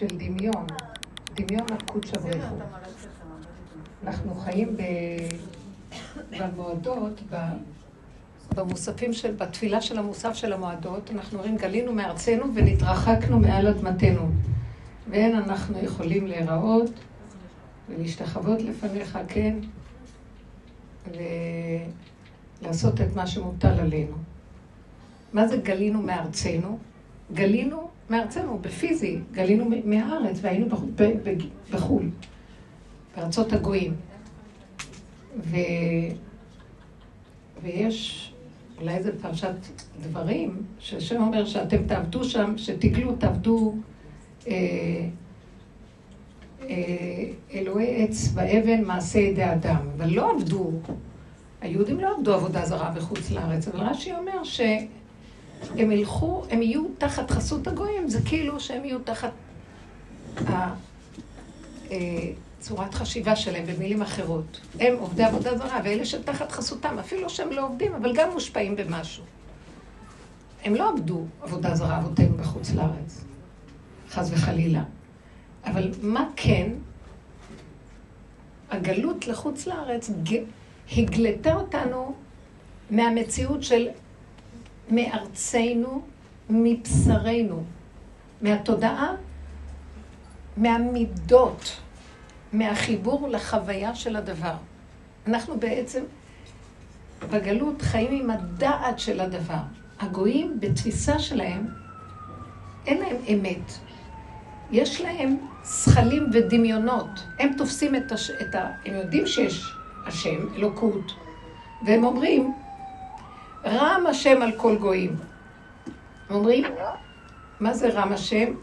של דמיון, דמיון הקודש הבריחו. אנחנו חיים במועדות, במוספים בתפילה של המוסף של המועדות, אנחנו אומרים גלינו מארצנו ונתרחקנו מעל אדמתנו. ואין אנחנו יכולים להיראות ולהשתחוות לפניך, כן, ולעשות את מה שמוטל עלינו. מה זה גלינו מארצנו? גלינו מארצנו, בפיזי, גלינו מהארץ והיינו בחול, בארצות הגויים. ויש, אולי זה פרשת דברים, שהשם אומר שאתם תעבדו שם, שתגלו, תעבדו אלוהי עץ ואבן מעשה ידי אדם. אבל לא עבדו, היהודים לא עבדו עבודה זרה בחוץ לארץ, אבל רש"י אומר שהם ילכו, הם יהיו תחת חסות הגויים, זה כאילו שהם יהיו תחת צורת חשיבה שלהם במילים אחרות. הם עובדי עבודה זרה, ואלה שתחת חסותם, אפילו שהם לא עובדים, אבל גם מושפעים במשהו. הם לא עבדו עבודה זרה אבותינו בחוץ לארץ, חס וחלילה. אבל מה כן? הגלות לחוץ לארץ הגלתה אותנו מהמציאות של מארצנו, מבשרנו, מהתודעה, מהמידות, מהחיבור לחוויה של הדבר. אנחנו בעצם בגלות חיים עם הדעת של הדבר. הגויים בתפיסה שלהם, אין להם אמת. יש להם שכלים ודמיונות. הם תופסים הם יודעים שיש השם, אלוקות, והם אומרים, רם השם על כל גויים. הם אומרים, מה זה רם השם?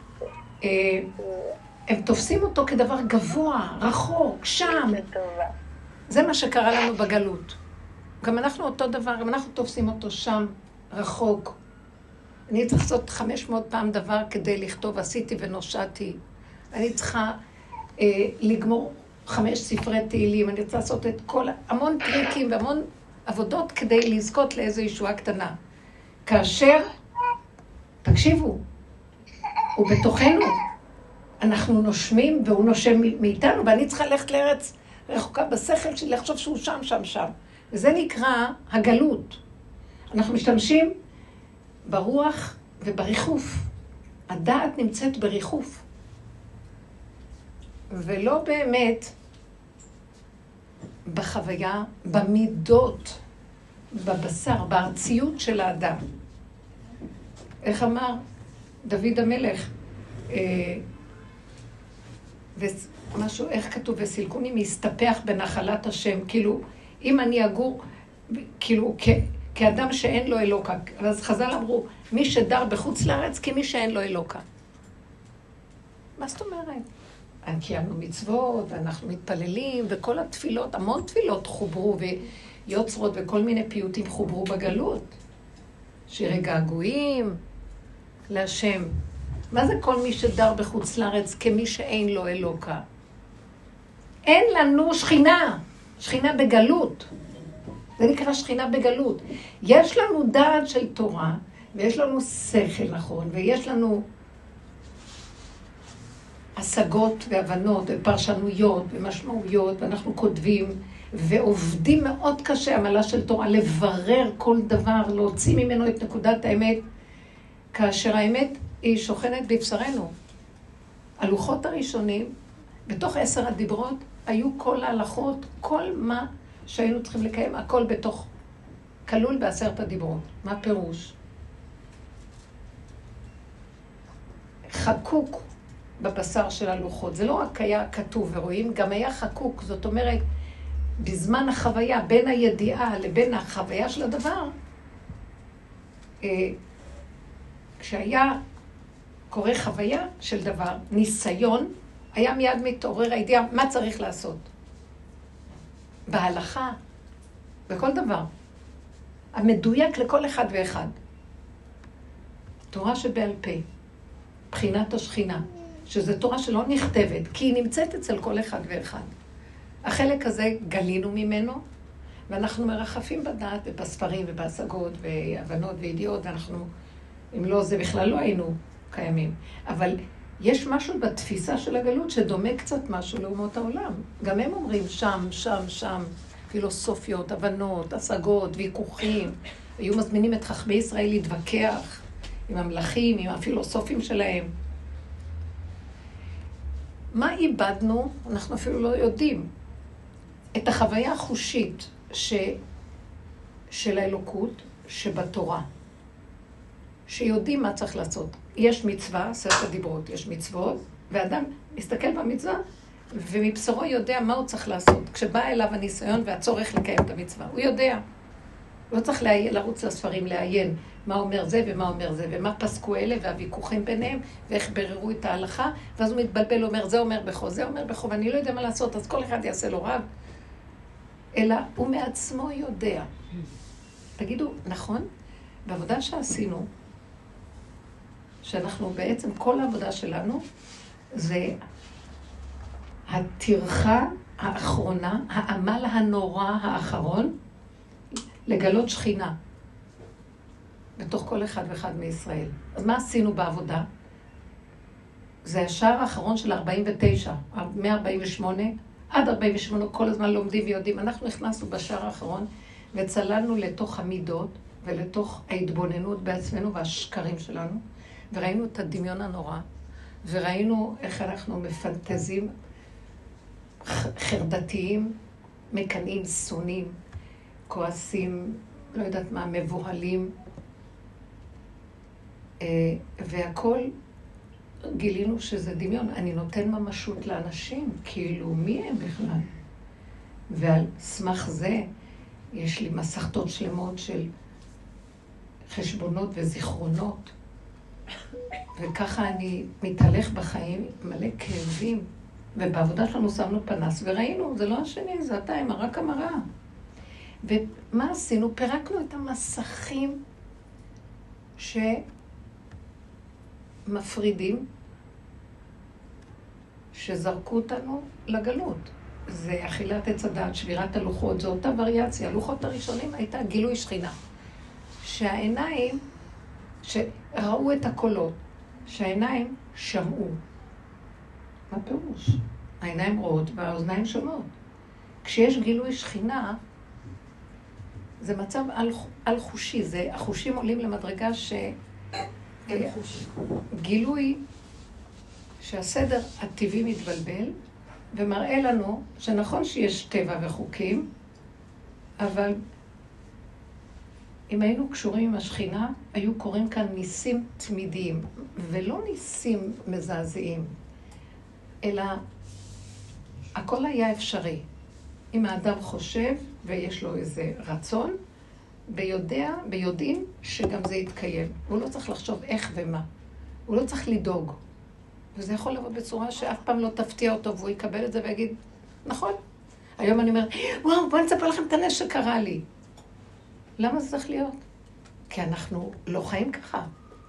הם תופסים אותו כדבר גבוה, רחוק, שם. זה מה שקרה לנו בגלות. גם אנחנו אותו דבר, גם אנחנו תופסים אותו שם, רחוק. אני צריך לעשות 500 פעם דבר כדי לכתוב, עשיתי ונושעתי. אני צריכה לגמור 5 ספרי תהילים, אני רוצה לעשות את המון טריקים והמון עבודות כדי לזכות לאיזו ישועה קטנה. כאשר, תקשיבו, הוא בתוכנו. אנחנו נושמים והוא נושם מאיתנו, ואני צריכה ללכת לארץ רחוקה בשכל שלי, לחשוב שהוא שם. וזה נקרא הגלות. אנחנו משתמשים ברוח ובריחוף. הדעת נמצאת בריחוף. ולא באמת בחוויה, במידות, בבשר, בארציות של האדם. איך אמר דוד המלך? ומשהו, איך כתוב? וסילקוני מסתפח בנחלת השם. כאילו, אם אני אגור, כאילו, כאדם שאין לו אלוקה. אז חז"ל אמרו, מי שדר בחוץ לארץ, כמי שאין לו אלוקה. מה זאת אומרת? קיימנו מצוות, ואנחנו מתפללים, וכל התפילות, המון תפילות חוברו, ויוצרות, וכל מיני פיוטים חוברו בגלות. שירי געגועים להשם. מה זה כל מי שדר בחוץ לארץ כמי שאין לו אלוקה? אין לנו שכינה, שכינה בגלות. זה נקרא שכינה בגלות. יש לנו דעת של תורה, ויש לנו שכל נכון, ויש לנו השגות והבנות ופרשנויות ומשמעויות, ואנחנו כותבים ועובדים מאוד קשה, עמלה של תורה, לברר כל דבר, להוציא ממנו את נקודת האמת, כאשר האמת היא שוכנת בבשרנו. הלוחות הראשונים, בתוך 10 הדיברות, היו כל ההלכות, כל מה שהיינו צריכים לקיים, הכל בתוך, כלול ב10 הדיברות. מה פירוש? חקוק בבשר של הלוחות. זה לא רק היה כתוב ורואים, גם היה חקוק. זאת אומרת, בזמן החוויה, בין הידיעה לבין החוויה של הדבר, כשהיה קורה חוויה של דבר, ניסיון, היה מיד מתעורר הידיעה מה צריך לעשות. בהלכה, בכל דבר. המדויק לכל אחד ואחד. תורה שבעל פה, בחינת השכינה, שזו תורה שלא נכתבת, כי היא נמצאת אצל כל אחד ואחד. החלק הזה גלינו ממנו, ואנחנו מרחפים בדעת ובספרים ובהשגות והבנות וידיעות, ואנחנו, אם לא זה בכלל לא היינו קיימים. אבל יש משהו בתפיסה של הגלות שדומה קצת משהו לאומות העולם. גם הם אומרים שם, שם, שם, פילוסופיות, הבנות, השגות, ויכוחים. היו מזמינים את חכמי ישראל להתווכח עם המלכים, עם הפילוסופים שלהם. מה איבדנו? אנחנו אפילו לא יודעים. את החוויה החושית של האלוקות שבתורה. שיודעים מה צריך לעשות. יש מצווה, עשרת הדיברות, יש מצוות, ואדם מסתכל במצווה, ומבשרו יודע מה הוא צריך לעשות. כשבא אליו הניסיון והצורך לקיים את המצווה, הוא יודע. לא צריך לרוץ לספרים, לעיין מה אומר זה ומה אומר זה, ומה פסקו אלה והוויכוחים ביניהם, ואיך בררו את ההלכה, ואז הוא מתבלבל, אומר זה אומר בכו, זה אומר בכו, ואני לא יודע מה לעשות, אז כל אחד יעשה לו רב. אלא הוא מעצמו יודע. תגידו, נכון? בעבודה שעשינו, שאנחנו בעצם, כל העבודה שלנו, זה הטרחה האחרונה, העמל הנורא האחרון, לגלות שכינה, בתוך כל אחד ואחד מישראל. אז מה עשינו בעבודה? זה השער האחרון של 49, מ-48, עד 48, כל הזמן לומדים ויודעים. אנחנו נכנסנו בשער האחרון, וצללנו לתוך המידות, ולתוך ההתבוננות בעצמנו והשקרים שלנו, וראינו את הדמיון הנורא, וראינו איך אנחנו מפנטזים, חרדתיים, מקנאים, שונאים, כועסים, לא יודעת מה, מבוהלים, והכל גילינו שזה דמיון. אני נותן ממשות לאנשים, כאילו מי הם בכלל? ועל סמך זה יש לי מסכתות שלמות של חשבונות וזיכרונות, וככה אני מתהלך בחיים מלא כאבים, ובעבודה שלנו שמנו פנס וראינו, זה לא השני, זה אתה עם רק המראה. ומה עשינו? פירקנו את המסכים שמפרידים, שזרקו אותנו לגלות. זה אכילת עץ הדעת, שבירת הלוחות, זו אותה וריאציה. הלוחות הראשונים הייתה גילוי שכינה. שהעיניים, שראו את הקולות, שהעיניים שמעו. מה פירוש? העיניים רואות והאוזניים שומעות. כשיש גילוי שכינה, זה מצב על חושי, החושים עולים למדרגה גילוי שהסדר הטבעי מתבלבל, ומראה לנו שנכון שיש טבע וחוקים, אבל אם היינו קשורים עם השכינה, היו קוראים כאן ניסים תמידיים, ולא ניסים מזעזעים, אלא הכל היה אפשרי. אם האדם חושב ויש לו איזה רצון, ביודעים שגם זה יתקיים. הוא לא צריך לחשוב איך ומה. הוא לא צריך לדאוג. וזה יכול לבוא בצורה שאף פעם לא תפתיע אותו, והוא יקבל את זה ויגיד, נכון. היום אני אומרת, וואו, בואו נספר לכם את הנס שקרה לי. למה זה צריך להיות? כי אנחנו לא חיים ככה.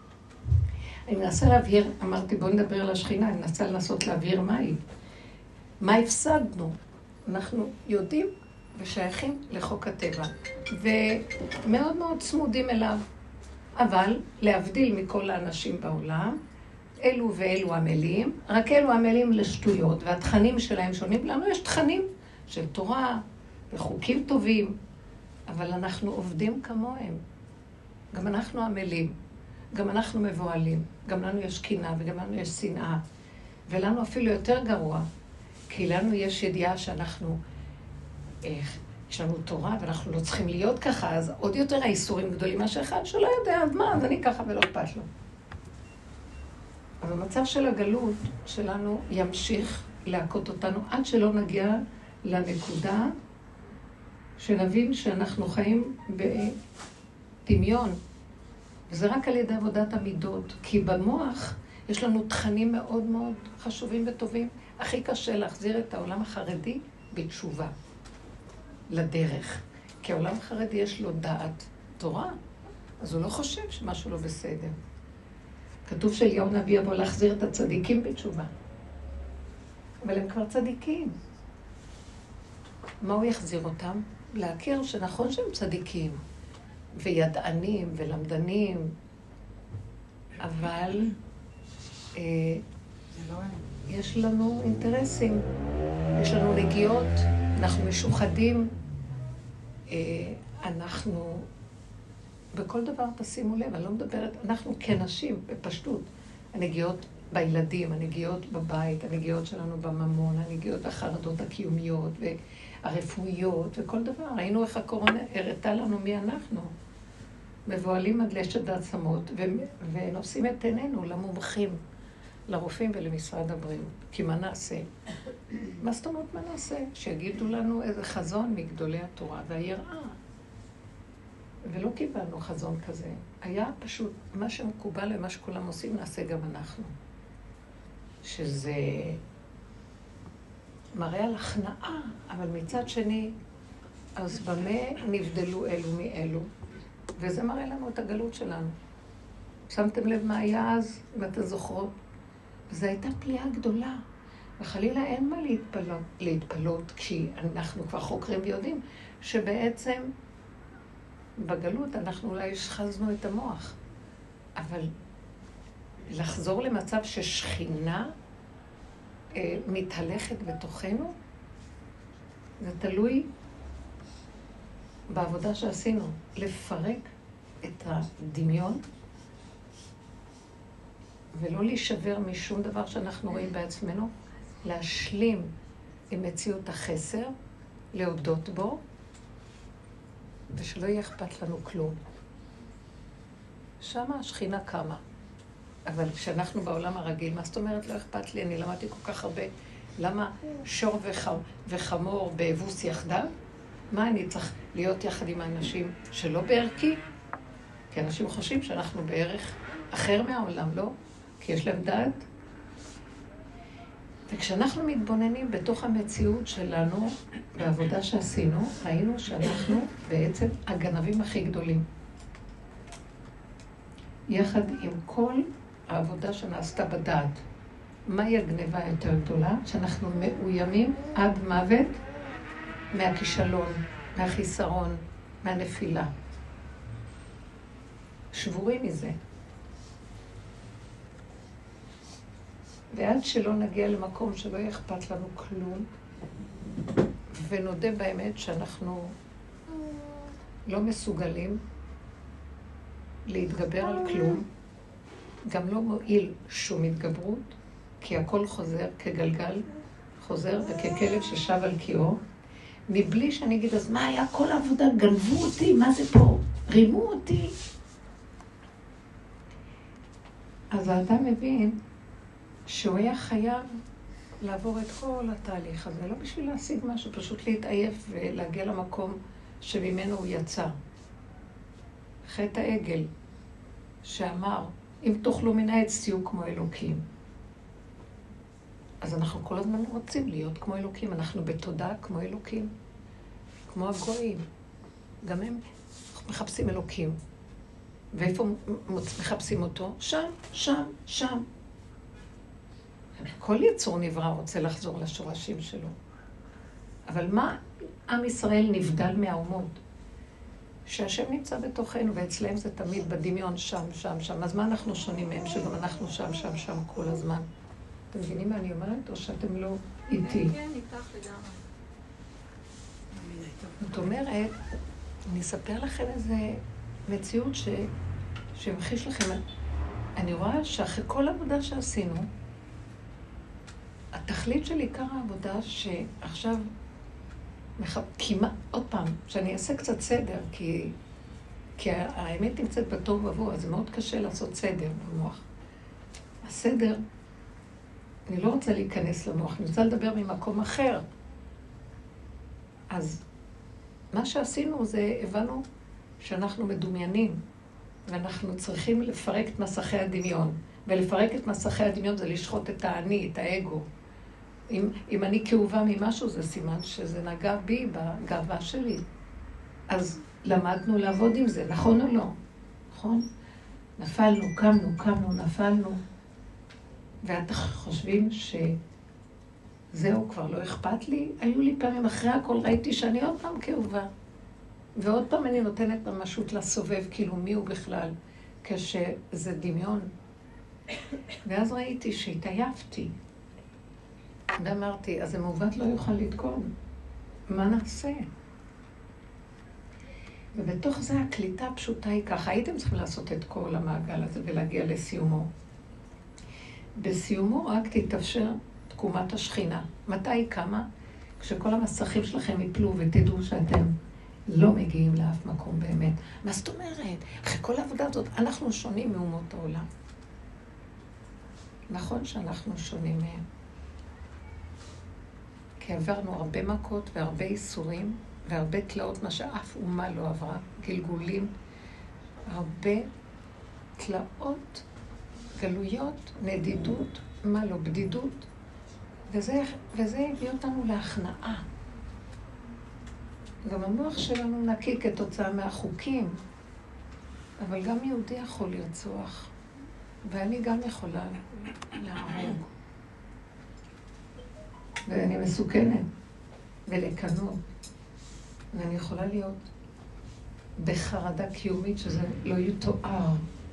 אני מנסה להבהיר, אמרתי, בואו נדבר על השכינה, אני מנסה לנסות להבהיר מהי. מה הפסדנו? אנחנו יודעים ושייכים לחוק הטבע, ומאוד מאוד צמודים אליו. אבל להבדיל מכל האנשים בעולם, אלו ואלו עמלים, רק אלו עמלים לשטויות, והתכנים שלהם שונים. לנו יש תכנים של תורה וחוקים טובים, אבל אנחנו עובדים כמוהם. גם אנחנו עמלים, גם אנחנו מבועלים, גם לנו יש קינה וגם לנו יש שנאה, ולנו אפילו יותר גרוע, כי לנו יש ידיעה שאנחנו, יש לנו תורה ואנחנו לא צריכים להיות ככה, אז עוד יותר האיסורים גדולים מאשר אחד שלא יודע, אז מה, אז אני ככה ולא אכפת לו. אבל המצב של הגלות שלנו ימשיך להכות אותנו עד שלא נגיע לנקודה שנבין שאנחנו חיים בדמיון, וזה רק על ידי עבודת המידות, כי במוח יש לנו תכנים מאוד מאוד חשובים וטובים. הכי קשה להחזיר את העולם החרדי בתשובה לדרך, כי העולם החרדי יש לו דעת תורה, אז הוא לא חושב שמשהו לא בסדר. כתוב שאליהו נביא יבוא להחזיר את הצדיקים בתשובה, אבל הם כבר צדיקים. מה הוא יחזיר אותם? להכיר שנכון שהם צדיקים וידענים ולמדנים, אבל יש לנו אינטרסים, יש לנו נגיעות, אנחנו משוחדים, אנחנו, בכל דבר תשימו לב, אני לא מדברת, אנחנו כנשים, בפשטות, הנגיעות בילדים, הנגיעות בבית, הנגיעות שלנו בממון, הנגיעות החרדות הקיומיות והרפואיות וכל דבר. ראינו איך הקורונה הראתה לנו מי אנחנו. מבועלים עד לשד העצמות ונושאים את עינינו למומחים, לרופאים ולמשרד הבריאות. כי מה נעשה? מה זאת אומרת מה נעשה? שיגידו לנו איזה חזון מגדולי התורה והיראה. ולא קיבלנו חזון כזה. היה פשוט מה שמקובל ומה שכולם עושים, נעשה גם אנחנו. שזה מראה על הכנעה, אבל מצד שני, אז במה נבדלו אלו מאלו? וזה מראה לנו את הגלות שלנו. שמתם לב מה היה אז, אם אתם זוכרות? זו הייתה פליאה גדולה. וחלילה אין מה להתפלות, כשאנחנו כבר חוקרים ויודעים שבעצם בגלות אנחנו אולי השחזנו את המוח. אבל לחזור למצב ששכינה מתהלכת בתוכנו, זה תלוי בעבודה שעשינו, לפרק את הדמיון ולא להישבר משום דבר שאנחנו רואים בעצמנו, להשלים עם מציאות החסר, להודות בו, ושלא יהיה אכפת לנו כלום. שמה השכינה קמה. אבל כשאנחנו בעולם הרגיל, מה זאת אומרת לא אכפת לי? אני למדתי כל כך הרבה. למה שור וחמור באבוס יחדיו? מה אני צריך להיות יחד עם האנשים שלא בערכי? כי אנשים חושבים שאנחנו בערך אחר מהעולם, לא? כי יש להם דעת. וכשאנחנו מתבוננים בתוך המציאות שלנו, בעבודה שעשינו, ראינו שאנחנו בעצם הגנבים הכי גדולים. יחד עם כל העבודה שנעשתה בדעת. מהי הגניבה יותר גדולה? שאנחנו מאוימים עד מוות מהכישלון, מהחיסרון, מהנפילה. שבורים מזה. ועד שלא נגיע למקום שלא יהיה אכפת לנו כלום, ונודה באמת שאנחנו לא מסוגלים להתגבר על כלום, גם לא מועיל שום התגברות, כי הכל חוזר כגלגל, חוזר וככלב ששב על קיאו, מבלי שאני אגיד, אז מה היה כל העבודה? גנבו אותי, מה זה פה? רימו אותי. אז האדם מבין שהוא היה חייב לעבור את כל התהליך הזה, לא בשביל להשיג משהו, פשוט להתעייף ולהגיע למקום שממנו הוא יצא. חטא העגל, שאמר, אם תאכלו מן העץ תהיו כמו אלוקים. אז אנחנו כל הזמן רוצים להיות כמו אלוקים, אנחנו בתודעה כמו אלוקים, כמו הגויים. גם הם מחפשים אלוקים. ואיפה מחפשים אותו? שם, שם, שם. כל יצור נברא רוצה לחזור לשורשים שלו. אבל מה עם ישראל נבדל מהאומות? שהשם נמצא בתוכנו, ואצלם זה תמיד בדמיון שם, שם, שם. אז מה אנחנו שונים מהם? שגם אנחנו שם, שם, שם כל הזמן. אתם מבינים מה אני אומרת? או שאתם לא איתי? כן, איתך לגמרי. זאת אומרת, אני אספר לכם איזה מציאות שמחיש לכם. אני רואה שאחרי כל העבודה שעשינו, התכלית של עיקר העבודה שעכשיו כמעט, עוד פעם, שאני אעשה קצת סדר, כי האמת נמצאת בתור ובוא, אז זה מאוד קשה לעשות סדר במוח. הסדר, אני לא רוצה להיכנס למוח, אני רוצה לדבר ממקום אחר. אז מה שעשינו זה, הבנו שאנחנו מדומיינים, ואנחנו צריכים לפרק את מסכי הדמיון. ולפרק את מסכי הדמיון זה לשחוט את האני, את האגו. אם אני כאובה ממשהו, זה סימן שזה נגע בי בגאווה שלי. אז למדנו לעבוד עם זה, נכון או לא? נכון? נפלנו, קמנו, נפלנו. ואתם חושבים שזהו, כבר לא אכפת לי? היו לי פעמים אחרי הכל, ראיתי שאני עוד פעם כאובה. ועוד פעם אני נותנת ממשות לסובב, כאילו מי הוא בכלל, כשזה דמיון. ואז ראיתי שהתעייפתי. ואמרתי, אז המעוות לא יוכל לתקון. מה נעשה? ובתוך זה הקליטה הפשוטה היא ככה. הייתם צריכים לעשות את כל המעגל הזה ולהגיע לסיומו. בסיומו רק תתאפשר תקומת השכינה. מתי היא קמה? כשכל המסכים שלכם יפלו ותדעו שאתם לא מגיעים לאף מקום באמת. מה זאת אומרת? אחרי כל העבודה הזאת, אנחנו שונים מאומות העולם. נכון שאנחנו שונים מהם. כי עברנו הרבה מכות והרבה איסורים והרבה תלאות, מה שאף אומה לא עברה, גלגולים, הרבה תלאות, גלויות, נדידות, מה לא, בדידות, וזה הביא אותנו להכנעה. גם המוח שלנו נקי כתוצאה מהחוקים, אבל גם יהודי יכול לרצוח, ואני גם יכולה להרוג. ואני מסוכנת, ולקנות. ואני יכולה להיות בחרדה קיומית שזה לא יתואר.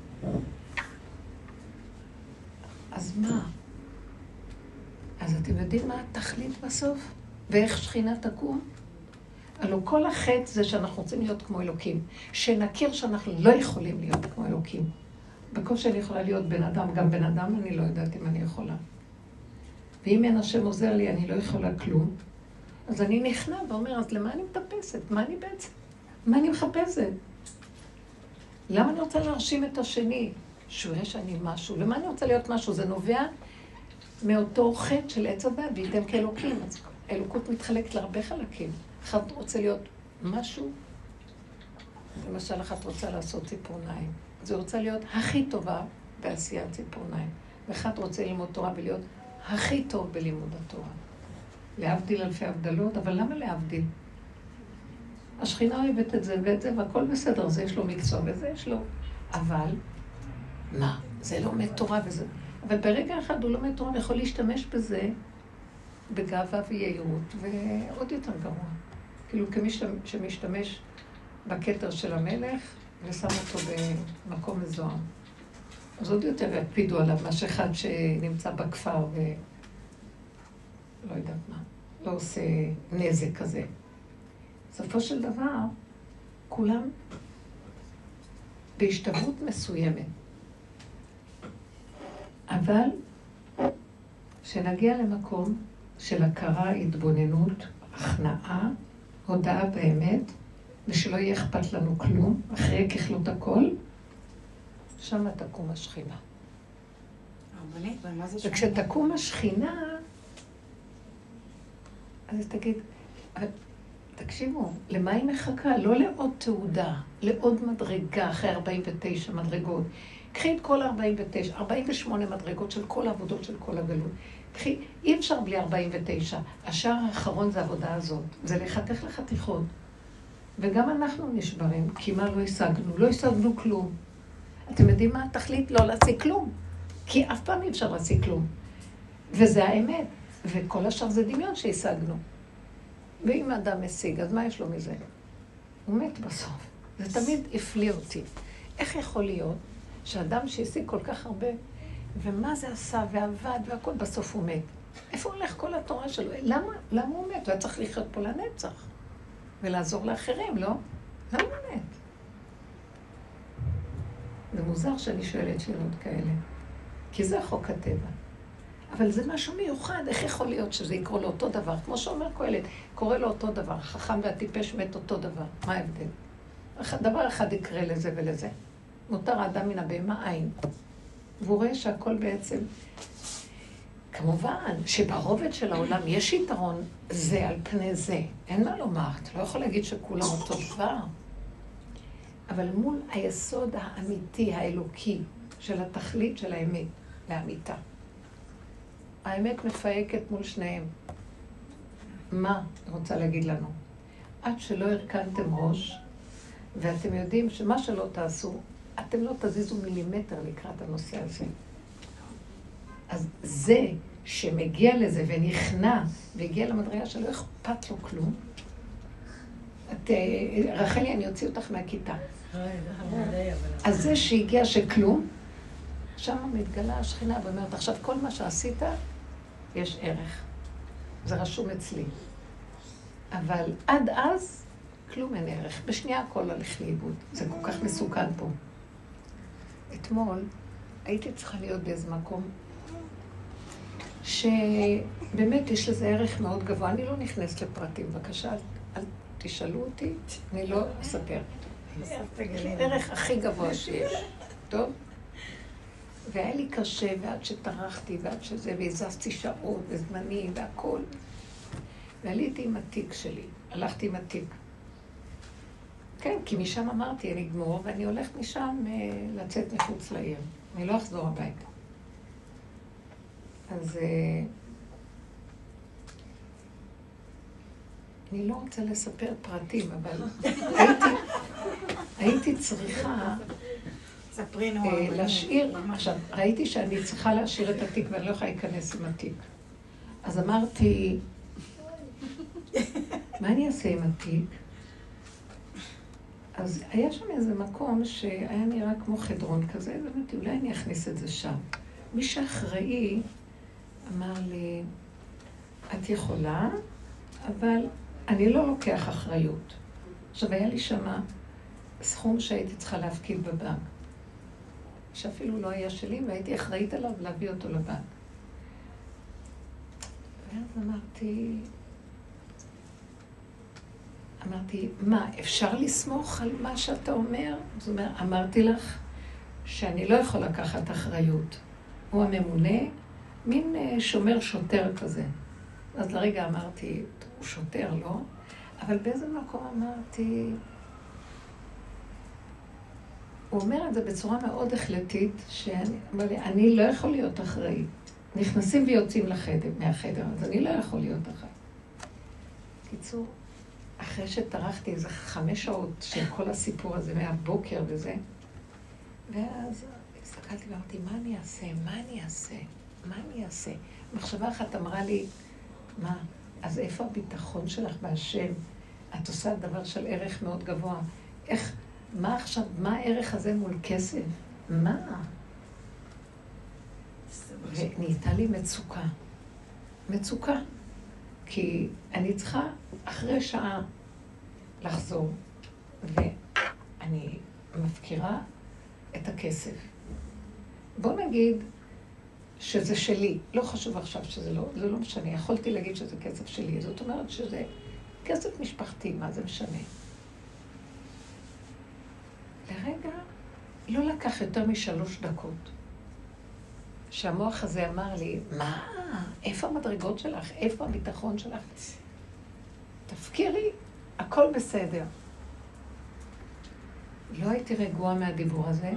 אז מה? אז אתם יודעים מה התכלית בסוף? ואיך שכינה תקום? הלוא כל החטא זה שאנחנו רוצים להיות כמו אלוקים. שנכיר שאנחנו לא יכולים להיות כמו אלוקים. בקושי אני יכולה להיות בן אדם, גם בן אדם אני לא יודעת אם אני יכולה. ואם אין השם עוזר לי, אני לא יכולה כלום. אז אני נכנע ואומר, אז למה אני מטפסת? מה אני בעצם? מה אני מחפשת? למה אני רוצה להרשים את השני? שהוא יראה שאני משהו. למה אני רוצה להיות משהו? זה נובע מאותו חטא של עץ הדת, וייתם כאלוקים. אז האלוקות מתחלקת להרבה חלקים. אחד רוצה להיות משהו, למשל אחת רוצה לעשות ציפורניים. אז היא רוצה להיות הכי טובה בעשיית ציפורניים. ואחד רוצה ללמוד תורה ולהיות הכי טוב בלימוד התורה. להבדיל אלפי הבדלות, אבל למה להבדיל? השכינה אוהבת את זה ואת זה, והכל בסדר, זה יש לו מקצוע וזה יש לו. אבל, מה? זה לומד תורה וזה. אבל ברגע אחד הוא לומד תורה ויכול להשתמש בזה בגאווה ויהירות, ועוד יותר גרוע. כאילו כמי שמשתמש בכתר של המלך ושם אותו במקום מזוהם. אז עוד יותר יקפידו עליו, מה שאחד שנמצא בכפר לא יודעת מה, לא עושה נזק כזה. בסופו של דבר, כולם בהשתוות מסוימת. אבל שנגיע למקום של הכרה, התבוננות, הכנעה, הודעה באמת, ושלא יהיה אכפת לנו כלום, אחרי ככלות הכל, שם תקום השכינה. וכשתקום השכינה, אז תגיד, תקשיבו, למה היא מחכה? לא לעוד תעודה, לעוד מדרגה אחרי 49 מדרגות. קחי את כל 49, 48 מדרגות של כל העבודות של כל הגלות. קחי, אי אפשר בלי 49. השער האחרון זה העבודה הזאת. זה לחתך לחתיכות. וגם אנחנו נשברים, כי מה לא השגנו? לא השגנו כלום. אתם יודעים מה התכלית? לא להשיג כלום. כי אף פעם אי אפשר להשיג כלום. וזה האמת. וכל השאר זה דמיון שהשגנו. ואם האדם משיג, אז מה יש לו מזה? הוא מת בסוף. זה תמיד הפליא אותי. איך יכול להיות שאדם שהשיג כל כך הרבה, ומה זה עשה ועבד והכל, בסוף הוא מת? איפה הולך כל התורה שלו? למה הוא מת? הוא היה צריך לחיות פה לנצח. ולעזור לאחרים, לא? למה הוא מת? זה מוזר שאני שואלת שאלות כאלה. כי זה חוק הטבע. אבל זה משהו מיוחד, איך יכול להיות שזה יקרה לו אותו דבר? כמו שאומר קהלת, קורה לו אותו דבר, החכם והטיפש מת אותו דבר. מה ההבדל? דבר אחד יקרה לזה ולזה. מותר האדם מן הבהמה עין. והוא רואה שהכל בעצם... כמובן שברובד של העולם יש יתרון זה על פני זה. אין מה לומר, אתה לא יכול להגיד שכולם אותו דבר. אבל מול היסוד האמיתי, האלוקי, של התכלית של האמת, לאמיתה. האמת מפהקת מול שניהם. מה רוצה להגיד לנו? עד שלא הרכנתם ראש, ואתם יודעים שמה שלא תעשו, אתם לא תזיזו מילימטר לקראת הנושא הזה. אז זה שמגיע לזה ונכנע, והגיע למדרגה שלא אכפת לו כלום, רחלי, אני אוציא אותך מהכיתה. אז זה שהגיע שכלום, שם מתגלה השכינה ואומרת, עכשיו כל מה שעשית, יש ערך. זה רשום אצלי. אבל עד אז, כלום אין ערך. בשנייה הכל הולך לאיבוד. זה כל כך מסוכן פה. אתמול הייתי צריכה להיות באיזה מקום שבאמת יש לזה ערך מאוד גבוה. אני לא נכנסת לפרטים, בבקשה, אל תשאלו אותי, אני לא אספר. ערך הכי גבוה שיש. טוב? והיה לי קשה, ועד שטרחתי, ועד שזה, והזזתי שעות, וזמנים, והכל. ועליתי עם התיק שלי, הלכתי עם התיק. כן, כי משם אמרתי, אני אגמור, ואני הולכת משם לצאת מחוץ לעיר. אני לא אחזור הביתה. אז אני לא רוצה לספר פרטים, אבל הייתי צריכה להשאיר, עכשיו, ראיתי שאני צריכה להשאיר את התיק ואני לא יכולה להיכנס עם התיק. אז אמרתי, מה אני אעשה עם התיק? אז היה שם איזה מקום שהיה נראה כמו חדרון כזה, ואמרתי, אולי אני אכניס את זה שם. מי שאחראי אמר לי, את יכולה, אבל אני לא לוקח אחריות. עכשיו, היה לי שמה סכום שהייתי צריכה להפקיד בבנק, שאפילו לא היה שלי, והייתי אחראית עליו להביא אותו לבנק. ואז אמרתי, מה, אפשר לסמוך על מה שאתה אומר? זאת אומרת, אמרתי לך שאני לא יכול לקחת אחריות. הוא הממונה, מין שומר שוטר כזה. אז לרגע אמרתי, הוא שוטר, לא? אבל באיזה מקום אמרתי, הוא אומר את זה בצורה מאוד החלטית, שאני לא יכול להיות אחראי. נכנסים ויוצאים מהחדר, אז אני לא יכול להיות אחראי. קיצור, אחרי שטרחתי איזה 5 שעות של כל הסיפור הזה, מהבוקר וזה, ואז הסתכלתי ואמרתי, מה אני אעשה? מה אני אעשה? מה אני אעשה? מחשבה אחת אמרה לי, מה? אז איפה הביטחון שלך בהשם? את עושה דבר של ערך מאוד גבוה. איך, מה עכשיו, מה הערך הזה מול כסף? מה? ונהייתה לי מצוקה. מצוקה. כי אני צריכה אחרי שעה לחזור, ואני מפקירה את הכסף. בוא נגיד שזה שלי, לא חשוב עכשיו שזה לא, זה לא משנה, יכולתי להגיד שזה כסף שלי, זאת אומרת שזה כסף משפחתי, מה זה משנה? לרגע לא לקח יותר מ3 דקות, שהמוח הזה אמר לי, מה? איפה המדרגות שלך? איפה הביטחון שלך? תפקירי, הכל בסדר. לא הייתי רגועה מהדיבור הזה.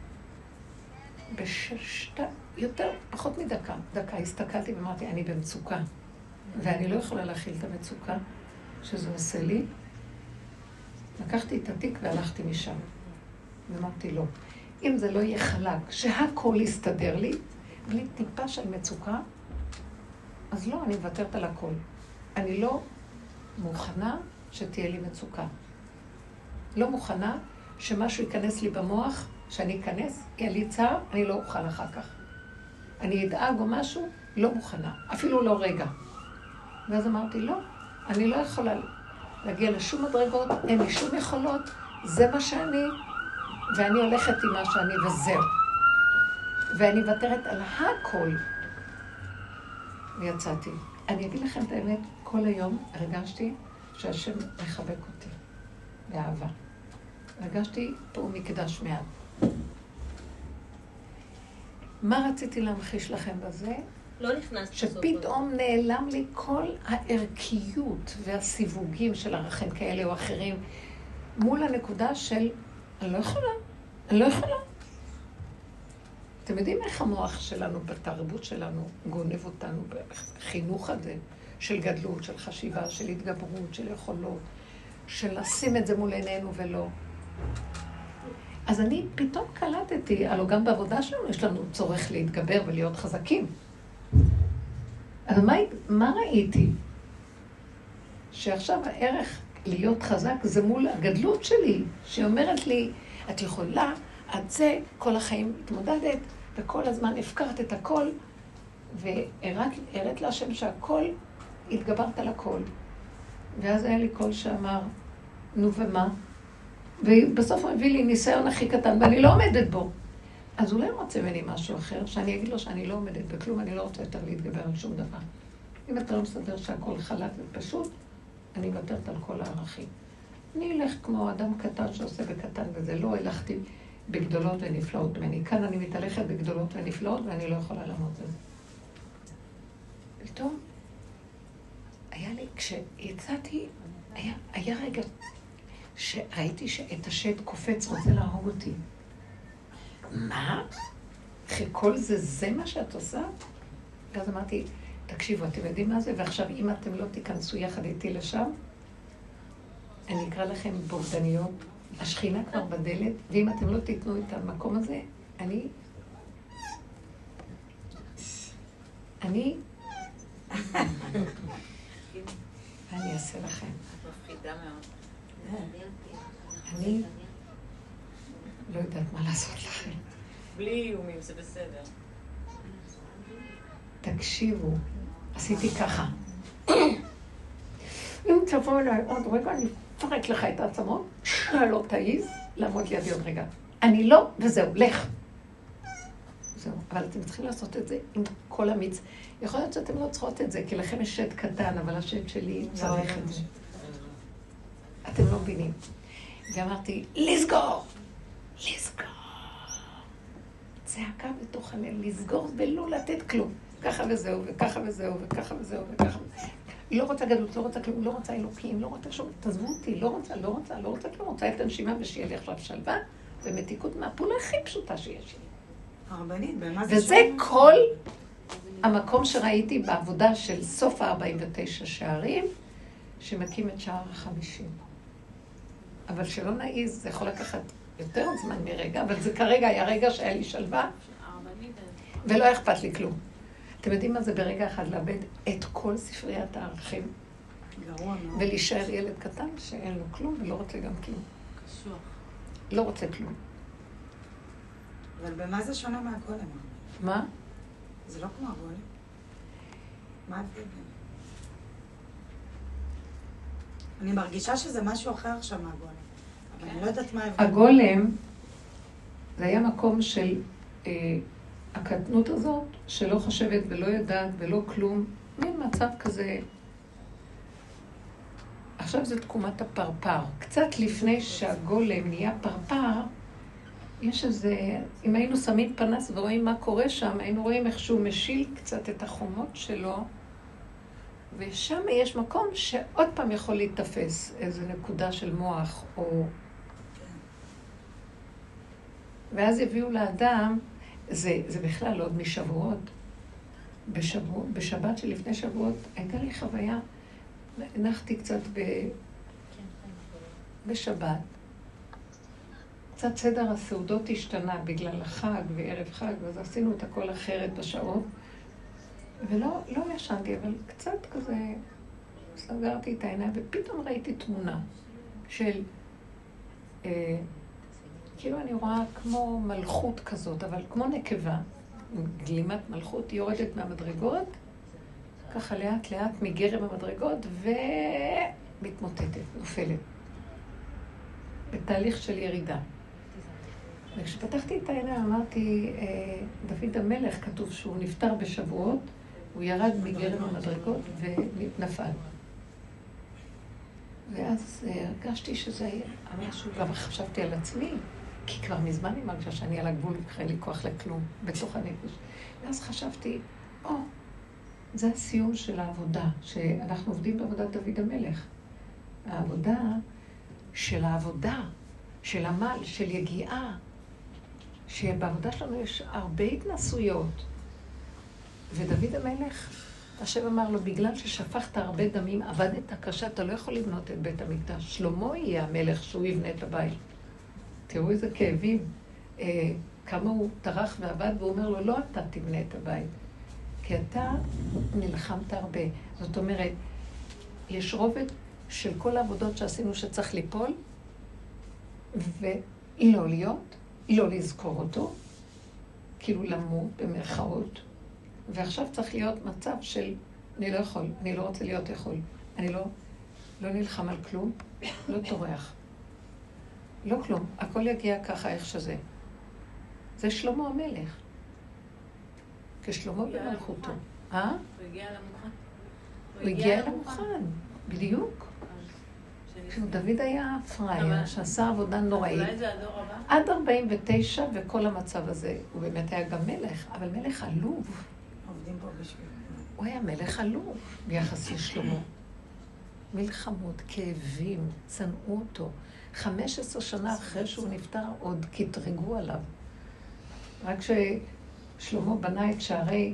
פחות מדקה. הסתכלתי ואמרתי, אני במצוקה. ואני לא יכולה להכיל את המצוקה שזה עושה לי. לקחתי את התיק והלכתי משם. ואמרתי, לא. אם זה לא יהיה חלק, שהכל יסתדר לי, בלי טיפה של מצוקה, אז לא, אני מוותרת על הכל. אני לא מוכנה שתהיה לי מצוקה. לא מוכנה שמשהו ייכנס לי במוח, שאני אכנס, יהיה לי צער, אני לא אוכל אחר כך. אני אדאג או משהו, לא מוכנה. אפילו לא רגע. ואז אמרתי, לא, אני לא יכולה להגיע לשום מדרגות, אין לי שום יכולות, זה מה שאני, ואני הולכת עם מה שאני וזהו. ואני מוותרת על הכל. ויצאתי. אני אגיד לכם את האמת, כל היום הרגשתי שהשם מחבק אותי, באהבה. הרגשתי פה מקדש מעט. מה רציתי להמחיש לכם בזה? לא נכנסת שפתאום נעלם לי כל הערכיות והסיווגים של ערכים כאלה או אחרים, מול הנקודה של, אני לא יכולה. אתם יודעים איך המוח שלנו, בתרבות שלנו, גונב אותנו בחינוך הזה, של גדלות, של חשיבה, של התגברות, של יכולות, של לשים את זה מול עינינו ולא. אז אני פתאום קלטתי, הלוא גם בעבודה שלנו יש לנו צורך להתגבר ולהיות חזקים. אז מה ראיתי? שעכשיו הערך להיות חזק זה מול הגדלות שלי, שאומרת לי, את יכולה, את זה, כל החיים התמודדת, וכל הזמן הפקרת את הכל, והראית להשם שהכל התגברת על הכל. ואז היה לי קול שאמר, נו ומה? ובסוף הוא הביא לי ניסיון הכי קטן, ואני לא עומדת בו. אז אולי הוא רוצה ממני משהו אחר, שאני אגיד לו שאני לא עומדת בכלום, אני לא רוצה יותר להתגבר על שום דבר. אם אתה לא מסדר שהכל חלק ופשוט, אני מוותרת על כל הערכים. אני אלך כמו אדם קטן שעושה בקטן, וזה לא הלכתי בגדולות ונפלאות ממני. כאן אני מתהלכת בגדולות ונפלאות, ואני לא יכולה לעמוד בזה. פתאום, היה לי, כשיצאתי, היה רגע שראיתי שאת השד קופץ, רוצה להרוג אותי. מה? אחרי כל זה, זה מה שאת עושה? ואז אמרתי, תקשיבו, אתם יודעים מה זה? ועכשיו, אם אתם לא תיכנסו יחד איתי לשם, אני אקרא לכם בוגדניות, השכינה כבר בדלת, ואם אתם לא תיתנו את המקום הזה, אני אעשה לכם. אני לא יודעת מה לעשות לכם. בלי איומים, זה בסדר. תקשיבו, עשיתי ככה. אם תבוא אליי עוד רגע, אני אפרק לך את העצמות, לא תעיז, לעמוד לידי עוד רגע. אני לא, וזהו, לך. זהו, אבל אתם צריכים לעשות את זה עם כל אמיץ. יכול להיות שאתם לא צריכות את זה, כי לכם יש שד קטן, אבל השד שלי צריך את זה. אתם לא מבינים. ואמרתי, לסגור! לסגור! צעקה בתוך הלב, לסגור ולא לתת כלום. ככה וזהו, וככה וזהו, וככה וזהו, וככה. לא רוצה גדלות, לא רוצה כלום, לא רוצה אלוקים, לא רוצה שום, תעזבו אותי, לא רוצה כלום, רוצה את הנשימה ושיהיה לי עכשיו שלווה, ומתיקות מהפעולה הכי פשוטה שיש לי. הרבנית, במה זה וזה כל המקום שראיתי בעבודה של סוף ה-49 שערים, שמקים את שער ה-50. אבל שלא נעיז, זה יכול לקחת יותר זמן מרגע, אבל זה כרגע היה רגע שהיה לי שלווה, ולא אכפת לי כלום. אתם יודעים מה זה ברגע אחד לאבד את כל ספריית הערכים? גרוע מאוד. ולהישאר ילד קטן שאין לו כלום ולא רוצה גם כלום. קשוח. לא רוצה כלום. אבל במה זה שונה מהגולם? מה? זה לא כמו הגולם. מה ההבדל? אני מרגישה שזה משהו אחר עכשיו מהגולם. אבל אני לא יודעת מה ההבדל. הגולם זה היה מקום של הקטנות הזאת, שלא חושבת ולא יודעת ולא כלום. מין מצב כזה. עכשיו זה תקומת הפרפר. קצת לפני שהגולם נהיה פרפר, יש איזה, אם היינו שמים פנס ורואים מה קורה שם, היינו רואים איך שהוא משיל קצת את החומות שלו, ושם יש מקום שעוד פעם יכול להתאפס, איזו נקודה של מוח, או... ואז הביאו לאדם, זה בכלל עוד משבועות, בשבת שלפני שבועות, הייתה לי חוויה, הנחתי קצת בשבת, קצת סדר הסעודות השתנה בגלל החג וערב חג, ואז עשינו את הכל אחרת בשעות, ולא ישנתי, אבל קצת כזה סגרתי את העיניים, ופתאום ראיתי תמונה של, כאילו אני רואה כמו מלכות כזאת, אבל כמו נקבה, גלימת מלכות, היא יורדת מהמדרגות, ככה לאט לאט מגרם המדרגות, ומתמוטטת, נופלת. בתהליך של ירידה. וכשפתחתי את העיניים אמרתי, דוד המלך כתוב שהוא נפטר בשבועות, הוא ירד מגרם המדרגות ונפל. ואז הרגשתי שזה היה משהו, גם חשבתי על עצמי, כי כבר מזמן אני מרגישה שאני על הגבול, אין לי כוח לכלום, בתוך הנפש. ואז חשבתי, זה הסיום של העבודה, שאנחנו עובדים בעבודת דוד המלך. העבודה, של עמל, של יגיעה, שבעבודה שלנו יש הרבה התנסויות. ודוד המלך, השם אמר לו, בגלל ששפכת הרבה דמים, עבדת קשה, אתה לא יכול לבנות את בית המקדש. שלמה יהיה המלך שהוא יבנה את הבית. תראו איזה כאבים. כמה הוא טרח ועבד, והוא אומר לו, לא אתה תבנה את הבית. כי אתה נלחמת הרבה. זאת אומרת, יש רובד של כל העבודות שעשינו שצריך ליפול, ולא להיות, לא לזכור אותו, כאילו למות במרכאות, ועכשיו צריך להיות מצב של אני לא יכול, אני לא רוצה להיות יכול. אני לא נלחם על כלום, לא טורח. לא כלום, הכל יגיע ככה איך שזה. זה שלמה המלך. כשלמה במלכותו. הוא הגיע למוכן. הוא הגיע למוכן, בדיוק. דוד היה פראייר, שעשה עבודה נוראית. אולי זה הדור הבא? עד 49 וכל המצב הזה, הוא באמת היה גם מלך, אבל מלך עלוב. עובדים פה בשביל... הוא היה מלך עלוב ביחס לשלמה. מלחמות, כאבים, צנעו אותו. 15 שנה אחרי שהוא נפטר, עוד קטרגו עליו. רק ששלמה בנה את שערי,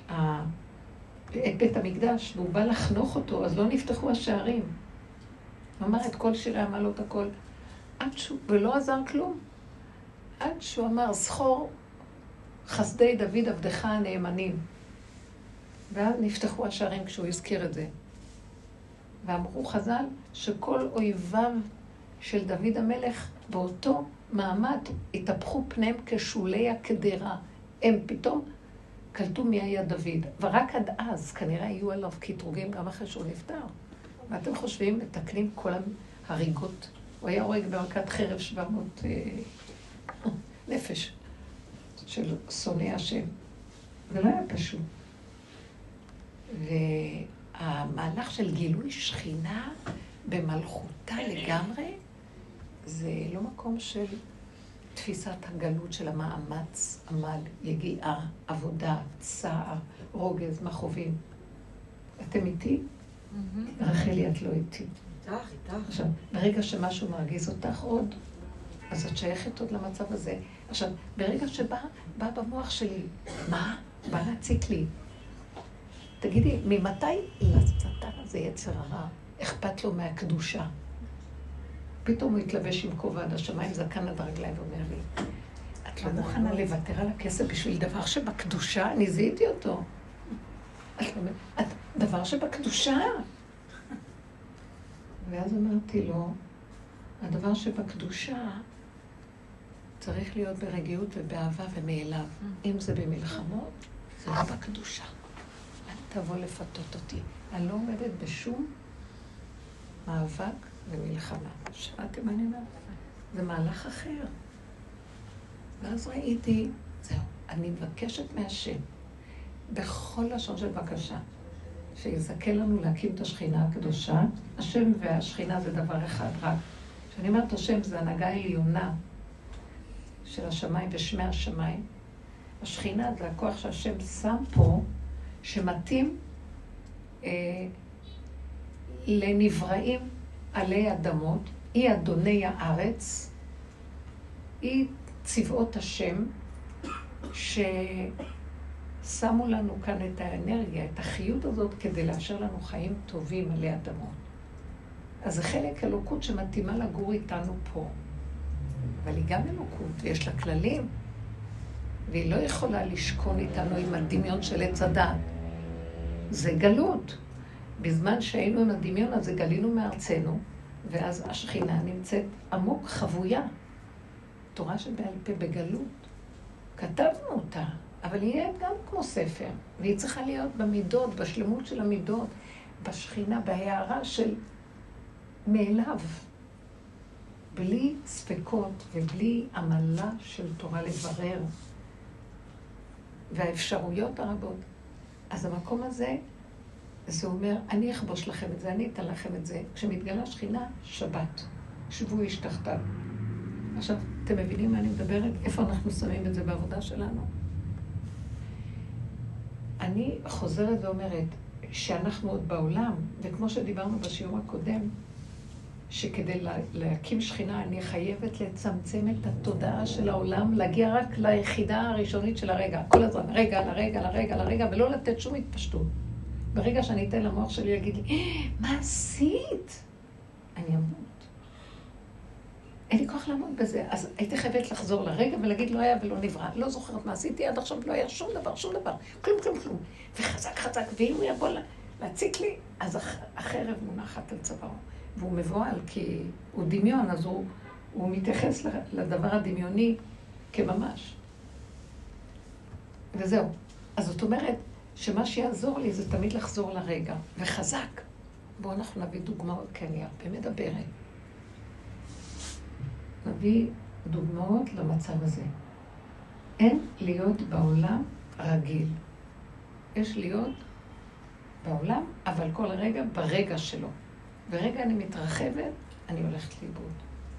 את בית המקדש, והוא בא לחנוך אותו, אז לא נפתחו השערים. הוא אמר את כל שירי המעלות הכל, ולא עזר כלום. עד שהוא אמר, זכור חסדי דוד עבדך הנאמנים. ואז נפתחו השערים כשהוא הזכיר את זה. ואמרו חז"ל שכל אויביו של דוד המלך באותו מעמד התהפכו פניהם כשולי הקדרה. הם פתאום קלטו מי היה דוד. ורק עד אז כנראה היו עליו קטרוגים גם אחרי שהוא נפטר. ואתם חושבים, מתקנים כל ההריגות. הוא היה הורג במכת חרב 700 נפש של שונאי השם. זה לא היה פשוט. והמהלך של גילוי שכינה במלכותה לגמרי, זה לא מקום של תפיסת הגלות של המאמץ, עמל, יגיעה, עבודה, צער, רוגז, מחובים. אתם איתי? רחלי, את לא איתי. איתך. עכשיו, ברגע שמשהו מרגיז אותך עוד, אז את שייכת עוד למצב הזה. עכשיו, ברגע שבא במוח שלי, מה? בא להציק לי. תגידי, ממתי לסטן הזה יצר הרע? אכפת לו מהקדושה. פתאום הוא התלבש עם כובע עד השמיים, זקן עד הרגליים ואומר לי, את לא מוכנה לוותר על הכסף בשביל דבר שבקדושה? אני זיהיתי אותו. דבר שבקדושה. ואז אמרתי לו, הדבר שבקדושה צריך להיות ברגיעות ובאהבה ומאליו. אם זה במלחמות, זה לא בקדושה. אל תבוא לפתות אותי. אני לא עומדת בשום מאבק ומלחמה. שמעתם מה אני אומרת? זה מהלך אחר. ואז ראיתי, זהו, אני מבקשת מהשם, בכל לשון של בקשה, שיזכה לנו להקים את השכינה הקדושה. השם והשכינה זה דבר אחד רק. כשאני אומרת השם זה הנהגה עליונה של השמיים ושמי השמיים. השכינה זה הכוח שהשם שם פה, שמתאים לנבראים עלי אדמות, היא אדוני הארץ, היא צבאות השם, ששמו לנו כאן את האנרגיה, את החיות הזאת, כדי לאפשר לנו חיים טובים עלי אדמות. אז זה חלק אלוקות שמתאימה לגור איתנו פה. אבל היא גם אלוקות, ויש לה כללים, והיא לא יכולה לשכון איתנו עם הדמיון של עץ הדעת. זה גלות. בזמן שהיינו עם הדמיון הזה, גלינו מארצנו, ואז השכינה נמצאת עמוק חבויה. תורה שבעל פה בגלות. כתבנו אותה, אבל היא גם כמו ספר, והיא צריכה להיות במידות, בשלמות של המידות, בשכינה, בהערה של מאליו. בלי ספקות ובלי עמלה של תורה לברר. והאפשרויות הרבות. אז המקום הזה, זה אומר, אני אכבוש לכם את זה, אני אתן לכם את זה. כשמתגלה שכינה, שבת. שבו איש תחתיו. עכשיו, אתם מבינים מה אני מדברת? איפה אנחנו שמים את זה בעבודה שלנו? אני חוזרת ואומרת שאנחנו עוד בעולם, וכמו שדיברנו בשיעור הקודם, שכדי להקים שכינה אני חייבת לצמצם את התודעה של העולם, להגיע רק ליחידה הראשונית של הרגע, כל הזמן, לרגע, ולא לתת שום התפשטות. ברגע שאני אתן למוח שלי להגיד לי, מה עשית? אני אמות. אין לי כוח לעמוד בזה, אז הייתי חייבת לחזור לרגע ולהגיד לא היה ולא נברא, לא זוכרת מה עשיתי, עד עכשיו לא היה שום דבר, כלום. וחזק, ואם הוא יבוא להציק לי, אז החרב מונחת על צווארו. והוא מבועל כי הוא דמיון, אז הוא מתייחס לדבר הדמיוני כממש. וזהו. אז זאת אומרת, שמה שיעזור לי זה תמיד לחזור לרגע, וחזק. בואו אנחנו נביא דוגמאות, כי אני הרבה מדברת. נביא דוגמאות למצב הזה. אין להיות בעולם רגיל. יש להיות בעולם, אבל כל רגע ברגע שלו. ברגע אני מתרחבת, אני הולכת לאיבוד.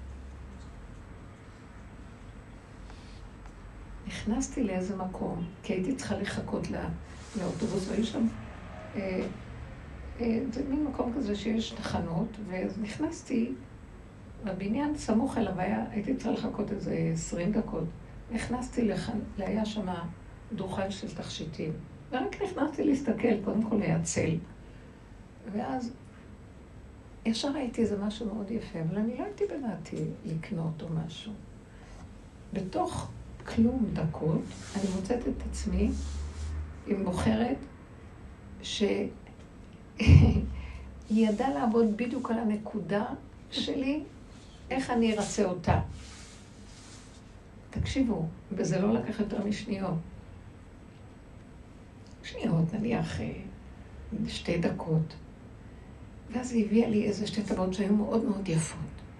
נכנסתי לאיזה מקום, כי הייתי צריכה לחכות לאוטובוס, והיו שם, זה מין מקום כזה שיש תחנות, ואז נכנסתי בבניין סמוך אליו, הייתי צריכה לחכות איזה 20 דקות. נכנסתי היה שם דוכן של תכשיטים, ורק נכנסתי להסתכל, קודם כל היה צל. ואז ישר ראיתי איזה משהו מאוד יפה, אבל אני לא הייתי בדעתי לקנות או משהו. בתוך כלום דקות, אני מוצאת את עצמי עם מוכרת שהיא ידעה לעבוד בדיוק על הנקודה שלי, איך אני ארצה אותה. תקשיבו, וזה לא לקח יותר משניות. שניות, נניח 2 דקות. ואז היא הביאה לי איזה 2 טבעות שהיו מאוד מאוד יפות.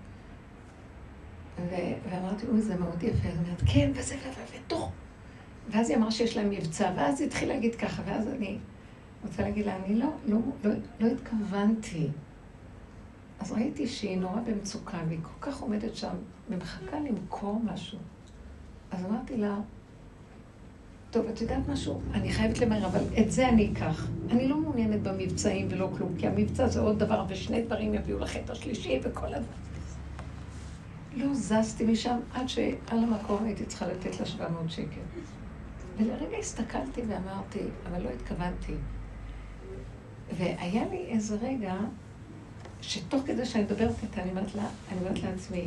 ואמרתי, אוי, זה מאוד יפה. אז אמרת, כן, וזה ותוך. ואז היא אמרה שיש להם מבצע, ואז היא התחילה להגיד ככה, ואז אני רוצה להגיד לה, אני לא התכוונתי. אז ראיתי שהיא נורא במצוקה, והיא כל כך עומדת שם, ומחכה למכור משהו. אז אמרתי לה, טוב, את יודעת משהו? אני חייבת למהר, אבל את זה אני אקח. אני לא מעוניינת במבצעים ולא כלום, כי המבצע זה עוד דבר, ו2 דברים יביאו לחטא השלישי וכל הדבר. לא זזתי משם עד שעל המקום הייתי צריכה לתת לה 700 שקל. ולרגע הסתכלתי ואמרתי, אבל לא התכוונתי. והיה לי איזה רגע, שתוך כדי שאני מדברת איתה, אני אומרת לעצמי,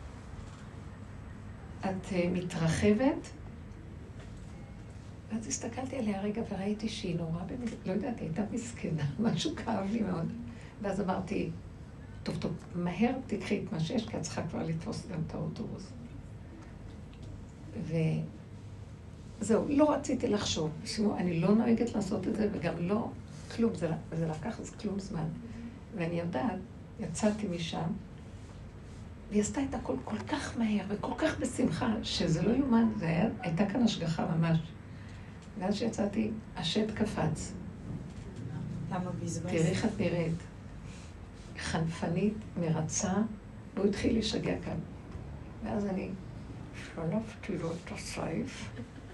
את מתרחבת? ואז הסתכלתי עליה רגע וראיתי שהיא נורא לא יודעת, הייתה מסכנה, משהו כאב לי מאוד. ואז אמרתי, טוב, מהר תקחי את מה שיש, כי את צריכה כבר לתפוס גם את האוטובוס. וזהו, לא רציתי לחשוב. אני לא נוהגת לעשות את זה, וגם לא כלום, זה לקח כלום זמן. ואני יודעת, יצאתי משם, והיא עשתה את הכל כל כך מהר וכל כך בשמחה, שזה לא יומן, הייתה כאן השגחה ממש. ואז שיצאתי, השד קפץ. למה בזבז? תראי איך את נראית. חנפנית, מרצה, והוא התחיל לשגע כאן. ואז אני שלפתי לו את הסייף.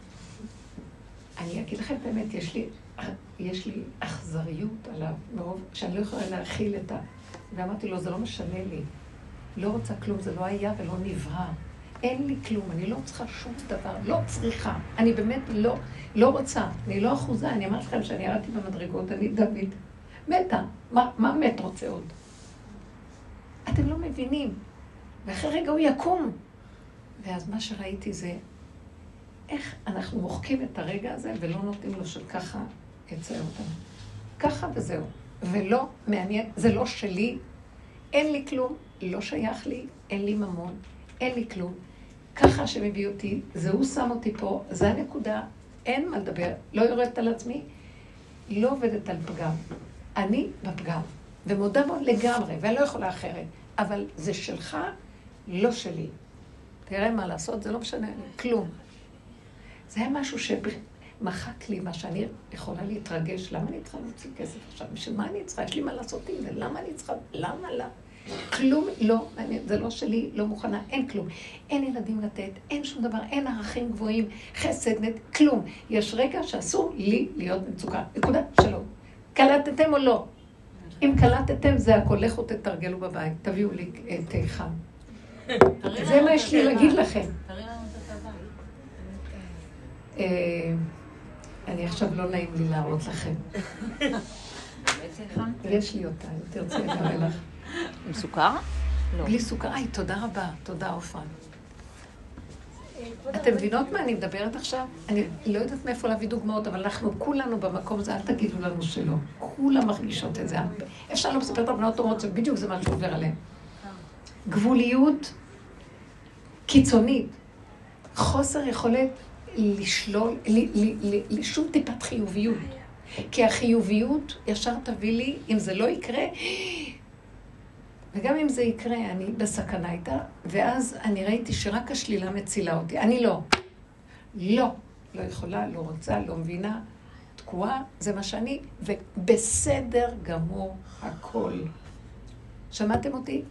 אני אגיד לכם באמת, יש לי אכזריות עליו, מרוב שאני לא יכולה להכיל את ואמרתי לו, זה לא משנה לי. לא רוצה כלום, זה לא היה ולא נברא. אין לי כלום, אני לא צריכה שום דבר, לא צריכה. אני באמת לא רוצה, אני לא אחוזה. אני אמרתי לכם שאני ירדתי במדרגות, אני דוד. מתה, מה מת רוצה עוד? אתם לא מבינים. ואחרי רגע הוא יקום. ואז מה שראיתי זה, איך אנחנו מוחקים את הרגע הזה ולא נותנים לו שככה יצא אותנו. ככה וזהו. ולא מעניין, זה לא שלי, אין לי כלום, לא שייך לי, אין לי ממון, אין לי כלום. ככה שמביא אותי, זה הוא שם אותי פה, זה הנקודה, אין מה לדבר, לא יורדת על עצמי, לא עובדת על פגם. אני בפגם, ומודה בו לגמרי, ואני לא יכולה אחרת. אבל זה שלך, לא שלי. תראה מה לעשות, זה לא משנה, כלום. זה היה משהו שמחק לי, מה שאני יכולה להתרגש. למה אני צריכה להוציא כסף עכשיו? בשביל מה אני צריכה? יש לי מה לעשות עם זה? למה אני צריכה? למה? כלום לא, זה לא שלי, לא מוכנה, אין כלום. אין ילדים לתת, אין שום דבר, אין ערכים גבוהים, חסד, כלום. יש רגע שאסור לי להיות במצוקה. נקודה, שלום. קלטתם או לא? אם קלטתם, זה הכל, לכו תתרגלו בבית, תביאו לי תה חם. זה מה יש לי להגיד לכם. אני עכשיו לא נעים לי להראות לכם. יש לי אותה, תרצי אני לך. עם סוכר? לא. בלי סוכר. תודה רבה, תודה אופן. אתם מבינות מה אני מדברת עכשיו? אני לא יודעת מאיפה להביא דוגמאות, אבל אנחנו כולנו במקום הזה, אל תגידו לנו שלא. כולם מרגישות את זה. אפשר לא מספר את הבנות אומרות שבדיוק זה מה שעובר עליהם. גבוליות קיצונית, חוסר יכולת לשלול, לשום טיפת חיוביות. כי החיוביות ישר תביא לי, אם זה לא יקרה, וגם אם זה יקרה, אני בסכנה איתה, ואז אני ראיתי שרק השלילה מצילה אותי. אני לא יכולה, לא רוצה, לא מבינה, תקועה, זה מה שאני, ובסדר גמור הכל. שמעתם אותי?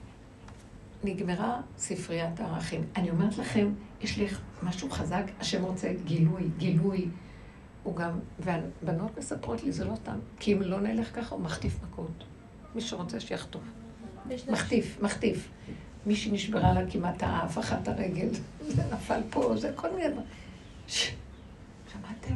נגמרה ספריית הערכים. אני אומרת לכם, יש לי משהו חזק, השם רוצה גילוי. הוא גם, והבנות מספרות לי, זה לא סתם, כי אם לא נלך ככה, הוא מחטיף מכות. מי שרוצה שיחטוף. מחטיף. מישהי נשברה לה כמעט האף, אחת הרגל, זה נפל פה, זה כל מיני דבר. שמעתם?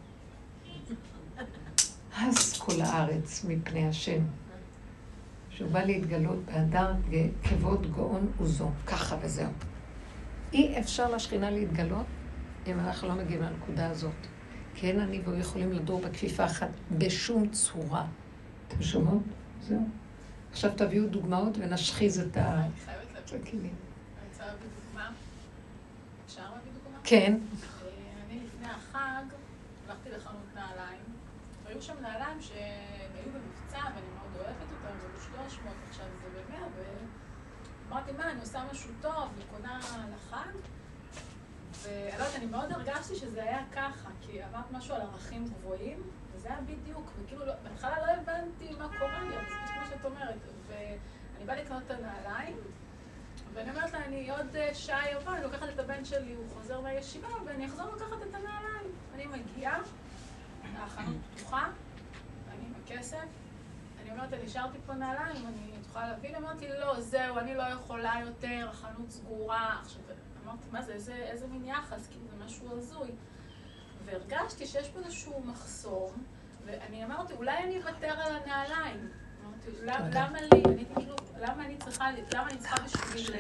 אז כל הארץ מפני השם. שהוא בא להתגלות בהדר כבוד גאון וזו, ככה וזהו. אי אפשר לשכינה להתגלות אם אנחנו לא מגיעים לנקודה הזאת. כי אין אני והוא יכולים לדור בכפיפה אחת בשום צורה. אתם שומעות? זהו. עכשיו תביאו דוגמאות ונשחיז את ה... אני חייבת להביא. אני רוצה להביא דוגמה. אפשר להביא דוגמה? כן. אני לפני החג הלכתי לחנות נעליים. והיו שם נעליים שהיו במבצע ואני מאוד אוהבת אותם, והיו 300, עכשיו זה ב100, ואמרתי, מה, אני עושה משהו טוב, אני קונה לחג. ואני לא יודעת, אני מאוד הרגשתי שזה היה ככה, כי אמרת משהו על ערכים גבוהים, וזה היה בדיוק, וכאילו, בהתחלה לא הבנתי מה קורה לי, אבל זה כמו שאת אומרת. ואני באה לקנות את הנעליים, ואני אומרת לה, אני עוד שעה יבוא, אני לוקחת את הבן שלי, הוא חוזר מהישיבה, ואני אחזור לקחת את הנעליים. אני מגיעה, החנות פתוחה, אני עם הכסף, אני אומרת, אני השארתי פה נעליים, אני תוכל להביא? אמרתי, לא, זהו, אני לא יכולה יותר, החנות סגורה. עכשיו, אמרתי, מה זה, איזה מין יחס, כאילו זה משהו הזוי. והרגשתי שיש פה איזשהו מחסום, ואני אמרתי, אולי אני אוותר על הנעליים. אמרתי, למה לי? אני כאילו, למה אני צריכה בשביל...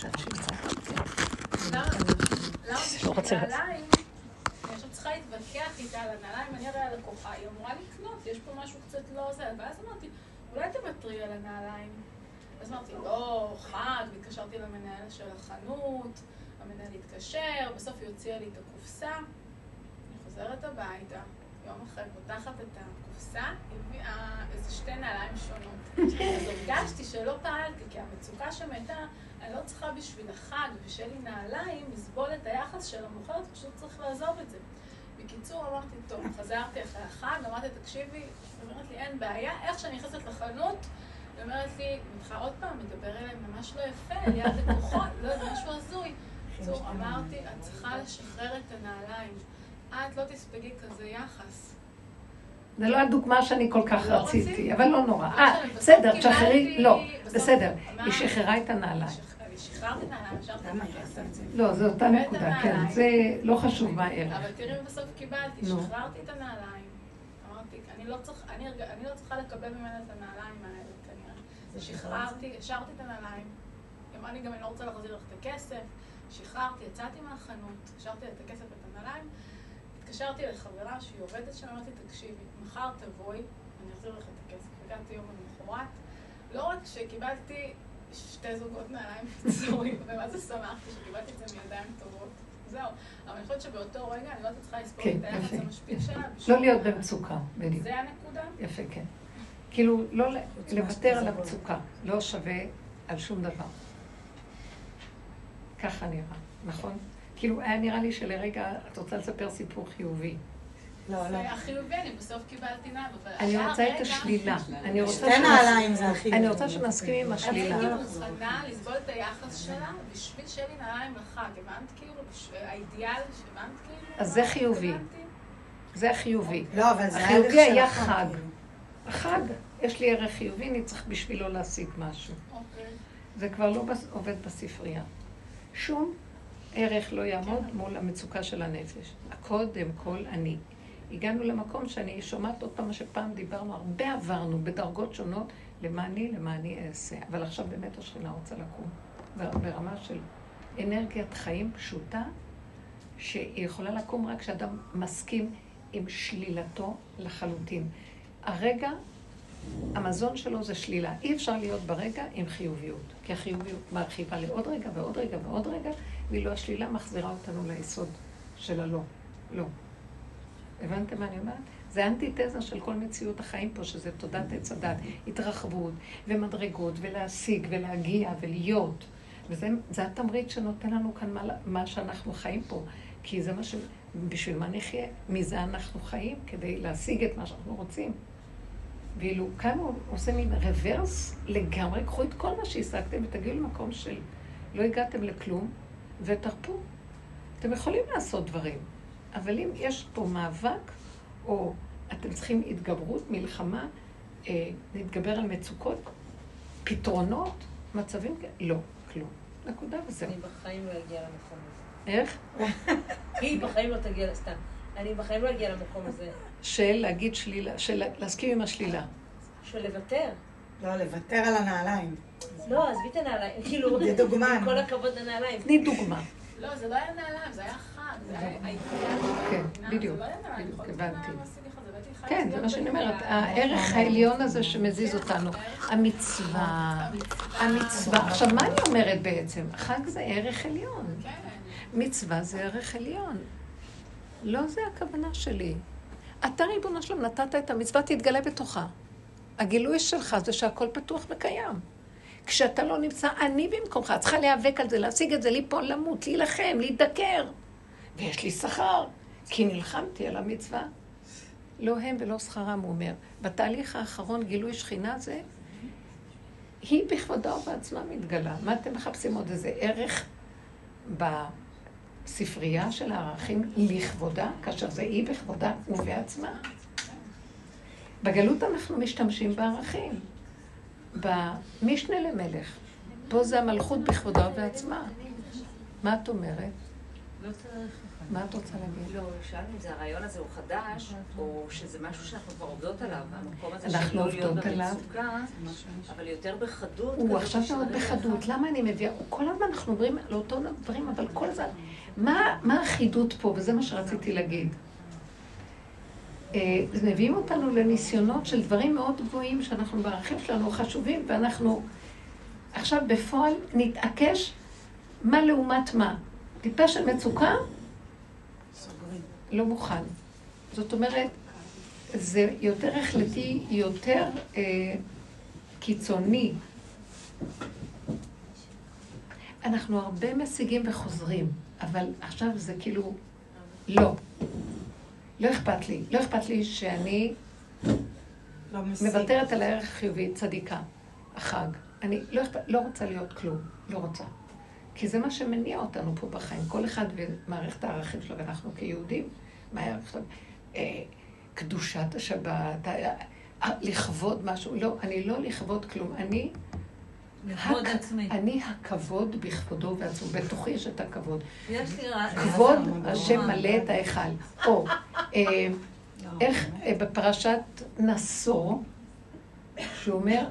למה בשביל נעליים? אני עכשיו צריכה להתווכח איתה על הנעליים, אני הרי הלקוחה, היא אמורה לקנות, יש פה משהו קצת לא זה. ואז אמרתי, אולי תוותרי על הנעליים. אז אמרתי, לא, חג, והתקשרתי למנהל של החנות, המנהל התקשר, בסוף היא הוציאה לי את הקופסה, אני חוזרת הביתה, יום אחרי פותחת את הקופסה, היא הביאה איזה 2 נעליים שונות. אז הרגשתי שלא פעלתי, כי המצוקה שם הייתה, אני לא צריכה בשביל החג ושיהיה לי נעליים, לסבול את היחס של המוכרת, פשוט צריך לעזוב את זה. בקיצור, אמרתי, טוב, חזרתי אחרי החג, אמרתי, תקשיבי, היא אומרת לי, אין בעיה, איך שאני נכנסת לחנות, היא אומרת לי, ממך עוד פעם, מדבר אליהם ממש לא יפה, ליד לקוחות, לא, זה משהו הזוי. בקיצור, אמרתי, את צריכה לשחרר את הנעליים. את לא תספגי כזה יחס. זה לא הדוגמה שאני כל כך רציתי, אבל לא נורא. בסדר, תשחררי, לא, בסדר. היא שחררה את הנעליים. אני שחררתי את הנעליים, השארתי את הכסף. לא, זו אותה נקודה, כן. זה לא חשוב מה הערך. אבל תראי בסוף קיבלתי, שחררתי את הנעליים. אמרתי, אני לא צריכה לקבל ממנה את הנעליים האלה, כנראה. שחררתי, השארתי את הנעליים. אמרתי גם, אני לא רוצה להחזיר לך את הכסף. שחררתי, יצאתי מהחנות, השארתי את הכסף ואת הנעליים. התקשרתי לחברה שהיא עובדת שם, אמרתי, תקשיבי, מחר תבואי, אני אחזיר לך את הכסף. הגעתי יום למחרת. לא רק שקיבלתי 2 זוגות נעליים בצורי, ומה זה שמחתי שקיבלתי את זה מידיים טובות. זהו. אבל אני חושבת שבאותו רגע אני לא צריכה לספור את היחס המשפיל שלה. לא להיות במצוקה, בדיוק. זה הנקודה? יפה, כן. כאילו, לא לוותר על המצוקה, לא שווה על שום דבר. ככה נראה, נכון? כאילו, היה נראה לי שלרגע את רוצה לספר סיפור חיובי. לא, לא. החיובי, אני בסוף קיבלתי נעל. אני רוצה את השלילה. 2 נעליים זה החיובי. אני רוצה שנסכים עם השלילה. אני הייתי מוכנה לסבול את היחס שלה בשביל שיהיה לי נעליים לחג. הבנת כאילו? האידיאל שהבנת כאילו? אז זה חיובי. זה החיובי. לא, אבל זה החיובי היה חג. החג, יש לי ערך חיובי, אני צריך בשבילו להשיג משהו. זה כבר לא עובד בספרייה. שום ערך לא יעמוד מול המצוקה של הנפש. קודם כל אני. הגענו למקום שאני שומעת עוד פעם מה שפעם דיברנו, הרבה עברנו בדרגות שונות, למה אני אעשה. אבל עכשיו באמת השכינה רוצה לקום. ברמה של אנרגיית חיים פשוטה, שהיא יכולה לקום רק כשאדם מסכים עם שלילתו לחלוטין. הרגע, המזון שלו זה שלילה. אי אפשר להיות ברגע עם חיוביות. כי החיוביות מרחיבה לעוד רגע ועוד רגע ועוד רגע, ואילו השלילה מחזירה אותנו ליסוד של הלא. לא. הבנתם מה אני אומרת? זה האנטיתזה של כל מציאות החיים פה, שזה תודעת עץ הדת, התרחבות ומדרגות ולהשיג ולהגיע ולהיות. וזה התמריץ שנותן לנו כאן מה שאנחנו חיים פה. כי זה מה בשביל מה נחיה? מזה אנחנו חיים כדי להשיג את מה שאנחנו רוצים. ואילו כאן הוא עושה מין רוורס לגמרי, קחו את כל מה שהשגתם ותגיעו למקום של לא הגעתם לכלום ותרפו. אתם יכולים לעשות דברים, אבל אם יש פה מאבק, או אתם צריכים התגברות, מלחמה, להתגבר על מצוקות, פתרונות, מצבים, לא, כלום. נקודה וזהו. אני בחיים לא אגיע למקום הזה. איך? היא בחיים לא תגיע, סתם. אני בחיים לא אגיע למקום הזה. של להגיד שלילה, של להסכים עם השלילה. של לוותר. לא, לוותר על הנעליים. לא, עזבי את הנעליים. כאילו, זה דוגמה. עם כל הכבוד לנעליים. תני דוגמה. לא, זה לא היה נעליים, זה היה חג, זה היה כן, בדיוק. זה לא היה נעליים, בדיוק, בכל זאת הבנתי. נעליים עשיתי לך, זה בעצם חג. כן, זה מה שאני אומרת. הערך העליון הזה שמזיז אותנו. המצווה. המצווה. עכשיו, מה אני אומרת בעצם? חג זה ערך עליון. מצווה זה ערך עליון. לא זה הכוונה שלי. אתה ריבונו שלום, נתת את המצווה, תתגלה בתוכה. הגילוי שלך זה שהכל פתוח וקיים. כשאתה לא נמצא, אני במקומך, צריכה להיאבק על זה, להשיג את זה, ליפול, למות, להילחם, להידקר. ויש לי שכר, כי נלחמתי על המצווה. לא הם ולא שכרם, הוא אומר. בתהליך האחרון, גילוי שכינה זה, היא בכבודה ובעצמה מתגלה. מה אתם מחפשים עוד איזה ערך בספרייה של הערכים לכבודה, כאשר זה היא בכבודה ובעצמה? בגלות אנחנו משתמשים בערכים. במשנה למלך. פה זה המלכות בכבודה ובעצמה. מה את אומרת? לא צריך. מה את רוצה להגיד? לא, שאלנו אם זה הרעיון הזה הוא חדש, או שזה משהו שאנחנו כבר עובדות עליו, המקום הזה אנחנו של לא להיות עובדות עליו. במצוקה, אבל יותר בחדות. הוא עכשיו מאוד בחדות. למה אני מביאה? כל הזמן אנחנו מדברים על אותו דברים, אבל כל הזמן... מה החידות פה? וזה מה שרציתי להגיד. מביאים אותנו לניסיונות של דברים מאוד גבוהים שאנחנו בערכים שלנו חשובים, ואנחנו עכשיו בפועל נתעקש מה לעומת מה. טיפה של מצוקה? לא מוכן. זאת אומרת, זה יותר החלטי, יותר קיצוני. אנחנו הרבה משיגים וחוזרים, אבל עכשיו זה כאילו לא. לא אכפת לי. לא אכפת לי שאני מוותרת על הערך החיובי, צדיקה, החג. אני לא רוצה להיות כלום, לא רוצה. כי זה מה שמניע אותנו פה בחיים. כל אחד ומערכת הערכים שלו, ואנחנו כיהודים, מה הערך שלו? קדושת השבת, לכבוד משהו. לא, אני לא לכבוד כלום. לכבוד עצמי. אני הכבוד בכבודו ובעצמו. בתוכי יש את הכבוד. יש לי כבוד השם מלא את ההיכל. או, איך בפרשת נשוא, שהוא אומר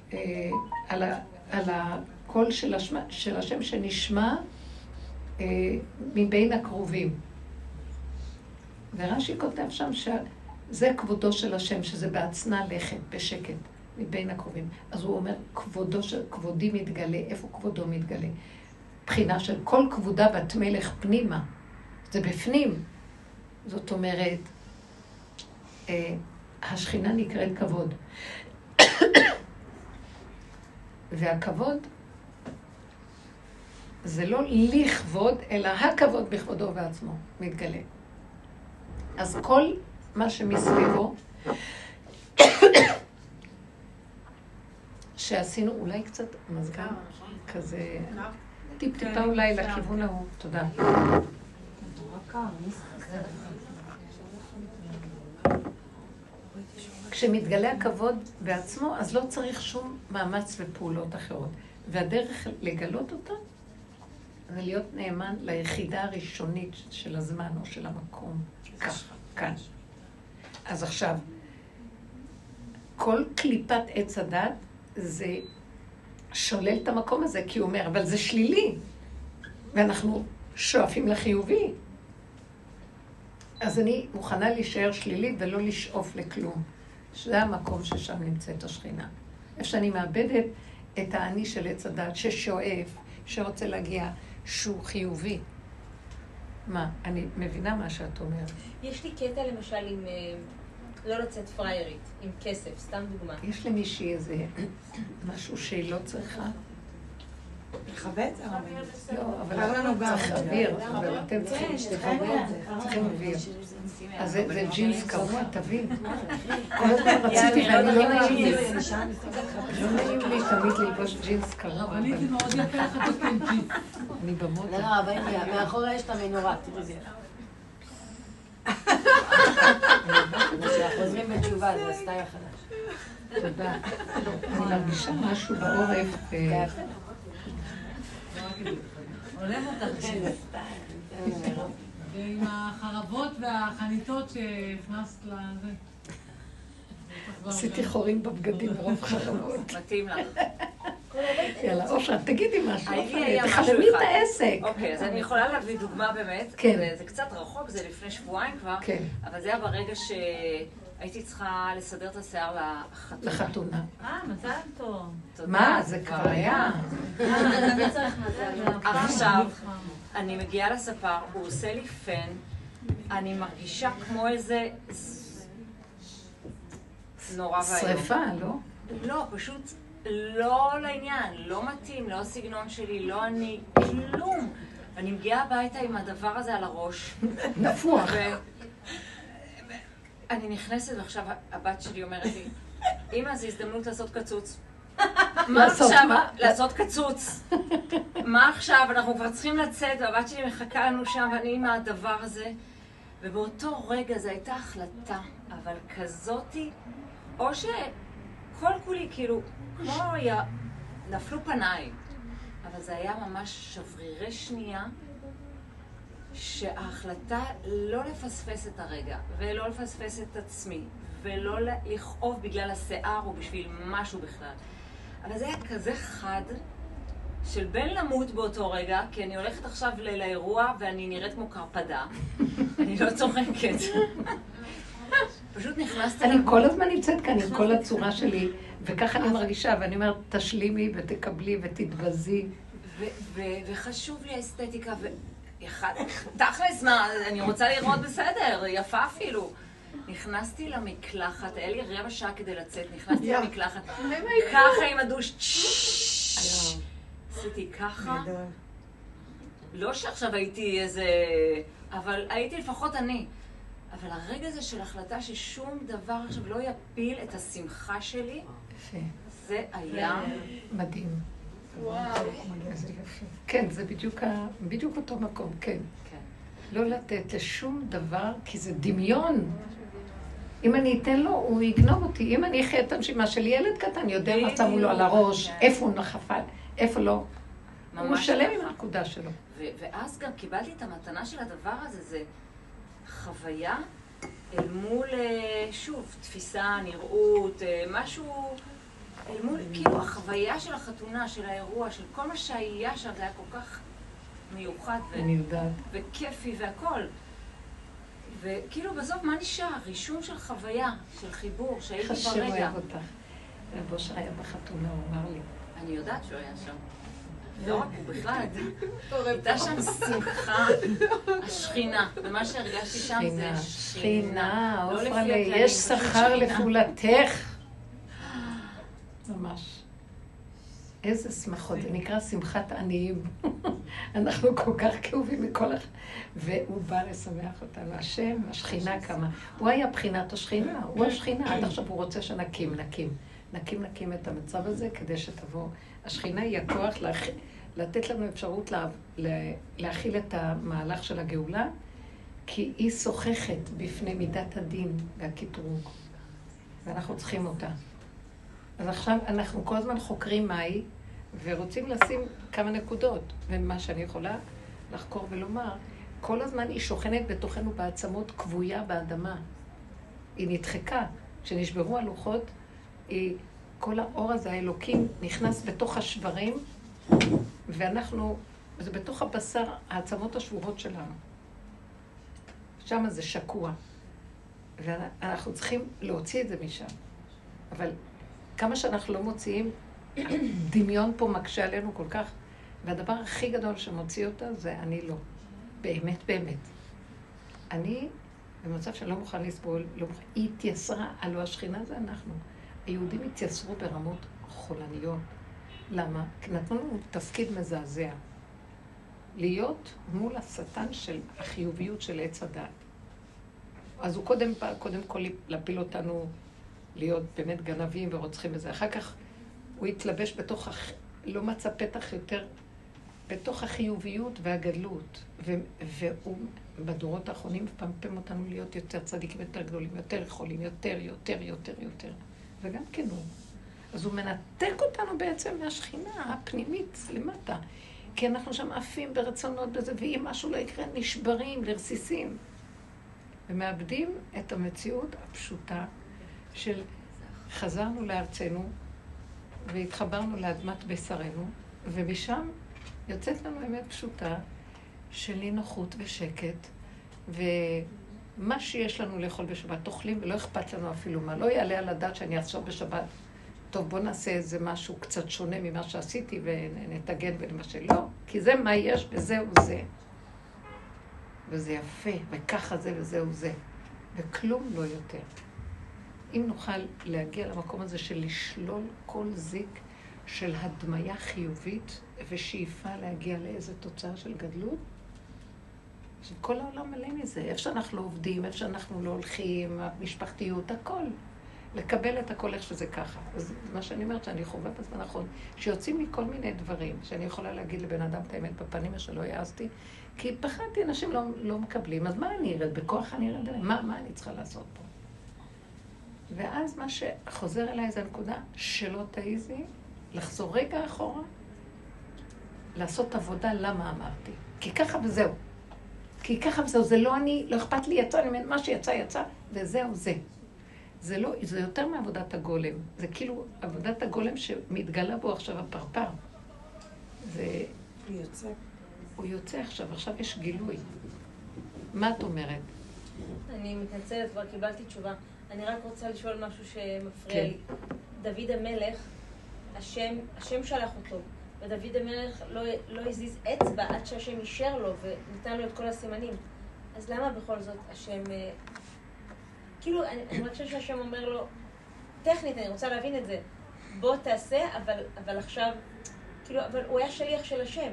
על הקול של השם שנשמע מבין הקרובים. ורש"י כותב שם שזה כבודו של השם, שזה בהצנע לכת, בשקט, מבין הקרובים. אז הוא אומר, כבודי מתגלה. איפה כבודו מתגלה? בחינה של כל כבודה בת מלך פנימה. זה בפנים. זאת אומרת, השכינה נקראת כבוד. והכבוד זה לא לכבוד, אלא הכבוד בכבודו ובעצמו מתגלה. אז כל מה שמסביבו, שעשינו אולי קצת מזגן כזה, טיפה אולי לכיוון ההוא. תודה. כשמתגלה הכבוד בעצמו, אז לא צריך שום מאמץ ופעולות אחרות. והדרך לגלות אותה, זה להיות נאמן ליחידה הראשונית של הזמן או של המקום. ככה, כאן. אז עכשיו, כל קליפת עץ הדת זה שולל את המקום הזה, כי הוא אומר, אבל זה שלילי, ואנחנו שואפים לחיובי. אז אני מוכנה להישאר שלילי ולא לשאוף לכלום. שזה המקום ששם נמצאת השכינה. איפה שאני מאבדת את האני של עץ הדת, ששואף, שרוצה להגיע, שהוא חיובי. מה? אני מבינה מה שאת אומרת. יש לי קטע למשל עם לא לצאת פריירית, עם כסף, סתם דוגמה. יש למישהי איזה משהו שהיא לא צריכה. לחבץ הרבה. לא, אבל קרה לנו גם. צריך אוויר, אבל אתם צריכים אוויר. אז זה ג'ינס קרוע, תבין. כל הזמן רציתי ואני לא נעים לי. לא נעים לי תמיד ללבוש ג'ינס קרוע. אבל לי זה מאוד יפה לך תוקן ג'ינס. אני במות. לא, הבאים מאחורי יש את המנורה, תראי זה. חוזרים בתשובה, זה הסטייל החדש. תודה. אני מרגישה משהו בעורף. עולם אותך. ועם החרבות והחניתות שהכנסת לזה. עשיתי חורים בבגדים מרוב חרבות. מתאים לך. יאללה, אופרה, תגידי משהו. היה משהו תחממי את אחד. העסק. אוקיי, אז אני יכולה להביא דוגמה באמת. כן. זה קצת רחוק, זה לפני שבועיים כבר. כן. אבל זה היה ברגע שהייתי צריכה לסדר את השיער לחתונה. לחתונה. מזל טוב. תודה, מה? זה כבר היה. עכשיו, אני מגיעה לספר, הוא עושה לי פן, אני מרגישה כמו איזה נורא ואיום. שריפה, לא? לא, פשוט לא לעניין, לא מתאים, לא הסגנון שלי, לא אני, כלום. אני מגיעה הביתה עם הדבר הזה על הראש. נפוח. אני נכנסת ועכשיו הבת שלי אומרת לי, אמא, זו הזדמנות לעשות קצוץ. מה עכשיו? לעשות קצוץ. מה עכשיו? אנחנו כבר צריכים לצאת, והבת שלי מחכה לנו שם, ואני עם הדבר הזה. ובאותו רגע זו הייתה החלטה, אבל כזאתי, או שכל כולי כאילו, כמו נפלו פניי, אבל זה היה ממש שברירי שנייה, שההחלטה לא לפספס את הרגע, ולא לפספס את עצמי, ולא לכאוב בגלל השיער או בשביל משהו בכלל. אבל זה היה כזה חד, של בין למות באותו רגע, כי אני הולכת עכשיו לאירוע ואני נראית כמו קרפדה. אני לא צוחקת. פשוט נכנסתי... אני כל הזמן נמצאת כאן עם כל הצורה שלי, וככה אני מרגישה, ואני אומרת, תשלימי ותקבלי ותתבזי. וחשוב לי האסתטיקה, תכלס מה, אני רוצה לראות בסדר, יפה אפילו. נכנסתי למקלחת, היה לי רבע שעה כדי לצאת, נכנסתי למקלחת, ככה עם הדוש, עשיתי ככה, לא שעכשיו הייתי איזה, אבל הייתי לפחות אני. אבל הרגע הזה של החלטה ששום דבר עכשיו לא יפיל את השמחה שלי, זה היה מדהים. וואו. כן, זה בדיוק אותו מקום, כן. לא לתת לשום דבר, כי זה דמיון. אם אני אתן לו, הוא יגנוב אותי. אם אני אחיה את הנשימה של ילד קטן, יודע מה שמו לו על הראש, איפה הוא נחפל, איפה לא. הוא משלם עם הנקודה שלו. ואז גם קיבלתי את המתנה של הדבר הזה, זה חוויה אל מול, שוב, תפיסה, נראות, משהו, אל מול, כאילו, החוויה של החתונה, של האירוע, של כל מה שהיה שם, זה היה כל כך מיוחד וכיפי והכל. וכאילו בסוף מה נשאר? רישום של חוויה, של חיבור, שהייתי ברגע. חשב אוהב אותך. רב אושר היה בחתונה, הוא אמר לי. אני יודעת שהוא היה שם. לא רק הוא בכלל, הייתה שם שמחה, השכינה. ומה שהרגשתי שם זה שכינה. עופרה לי, יש שכר לפעולתך. ממש. איזה שמחות, זה נקרא שמחת עניים. אנחנו כל כך כאובים מכל והוא בא לשמח אותנו, השם, השכינה כמה. הוא היה בחינת השכינה, הוא השכינה, עד עכשיו הוא רוצה שנקים את המצב הזה כדי שתבוא. השכינה היא הכוח לתת לנו אפשרות להכיל את המהלך של הגאולה, כי היא שוחכת בפני מידת הדין והקטרוג, ואנחנו צריכים אותה. אז עכשיו אנחנו כל הזמן חוקרים מהי, ורוצים לשים כמה נקודות. ומה שאני יכולה לחקור ולומר, כל הזמן היא שוכנת בתוכנו בעצמות כבויה באדמה. היא נדחקה. כשנשברו הלוחות, כל האור הזה, האלוקים, נכנס בתוך השברים, ואנחנו, זה בתוך הבשר, העצמות השבורות שלנו. שם זה שקוע. ואנחנו צריכים להוציא את זה משם. אבל כמה שאנחנו לא מוציאים, דמיון פה מקשה עלינו כל כך, והדבר הכי גדול שמוציא אותה זה אני לא. באמת, באמת. אני במצב שאני לא מוכן לסבול, היא התייסרה, הלוא השכינה זה אנחנו. היהודים התייסרו ברמות חולניות. למה? כי נתנו לנו תפקיד מזעזע. להיות מול השטן של החיוביות של עץ הדת. אז הוא קודם כל להפיל אותנו להיות באמת גנבים ורוצחים בזה. אחר כך הוא התלבש בתוך, לא מצא פתח יותר, בתוך החיוביות והגדלות. והוא בדורות האחרונים מפמפם אותנו להיות יותר צדיקים, יותר גדולים, יותר יכולים, יותר. וגם כן הוא. אז הוא מנתק אותנו בעצם מהשכינה הפנימית למטה. כי אנחנו שם עפים ברצונות בזה, ואם משהו לא יקרה, נשברים לרסיסים. ומאבדים את המציאות הפשוטה של חזרנו לארצנו, והתחברנו לאדמת בשרנו, ומשם יוצאת לנו אמת פשוטה של נינוחות ושקט, ומה שיש לנו לאכול בשבת, אוכלים, ולא אכפת לנו אפילו מה. לא יעלה על הדעת שאני אחשוב בשבת, טוב, בוא נעשה איזה משהו קצת שונה ממה שעשיתי ונתגן ולמה שלא, כי זה מה יש וזהו זה. וזה יפה, וככה זה וזהו זה. וכלום לא יותר. אם נוכל להגיע למקום הזה של לשלול כל זיק של הדמיה חיובית ושאיפה להגיע לאיזו תוצאה של גדלות, כל העולם מלא מזה. איפה שאנחנו לא עובדים, איפה שאנחנו לא הולכים, המשפחתיות, הכל. לקבל את הכל איך שזה ככה. אז מה שאני אומרת שאני חווה בזמן האחרון, שיוצאים לי כל מיני דברים, שאני יכולה להגיד לבן אדם את האמת בפנים שלא העזתי, כי פחדתי, אנשים לא מקבלים. אז מה אני ארד? בכוח אני ארד עליהם? מה אני צריכה לעשות פה? ואז מה שחוזר אליי זה הנקודה שלא תעיזי, לחזור רגע אחורה, לעשות עבודה למה אמרתי. כי ככה וזהו. כי ככה וזהו. זה לא אני, לא אכפת לי, יצא, מה שיצא, וזהו זה. זה לא, זה יותר מעבודת הגולם. זה כאילו עבודת הגולם שמתגלה בו עכשיו הפרפר. זה... הוא יוצא עכשיו יש גילוי. מה את אומרת? אני מתנצלת, כבר קיבלתי תשובה. אני רק רוצה לשאול משהו שמפריע לי. דוד המלך, השם שלח אותו, ודוד המלך לא הזיז אצבע עד שהשם אישר לו ונתן לו את כל הסימנים. אז למה בכל זאת השם... כאילו, אני מרגישה שהשם אומר לו, טכנית, אני רוצה להבין את זה, בוא תעשה, אבל עכשיו, כאילו, אבל הוא היה שליח של השם.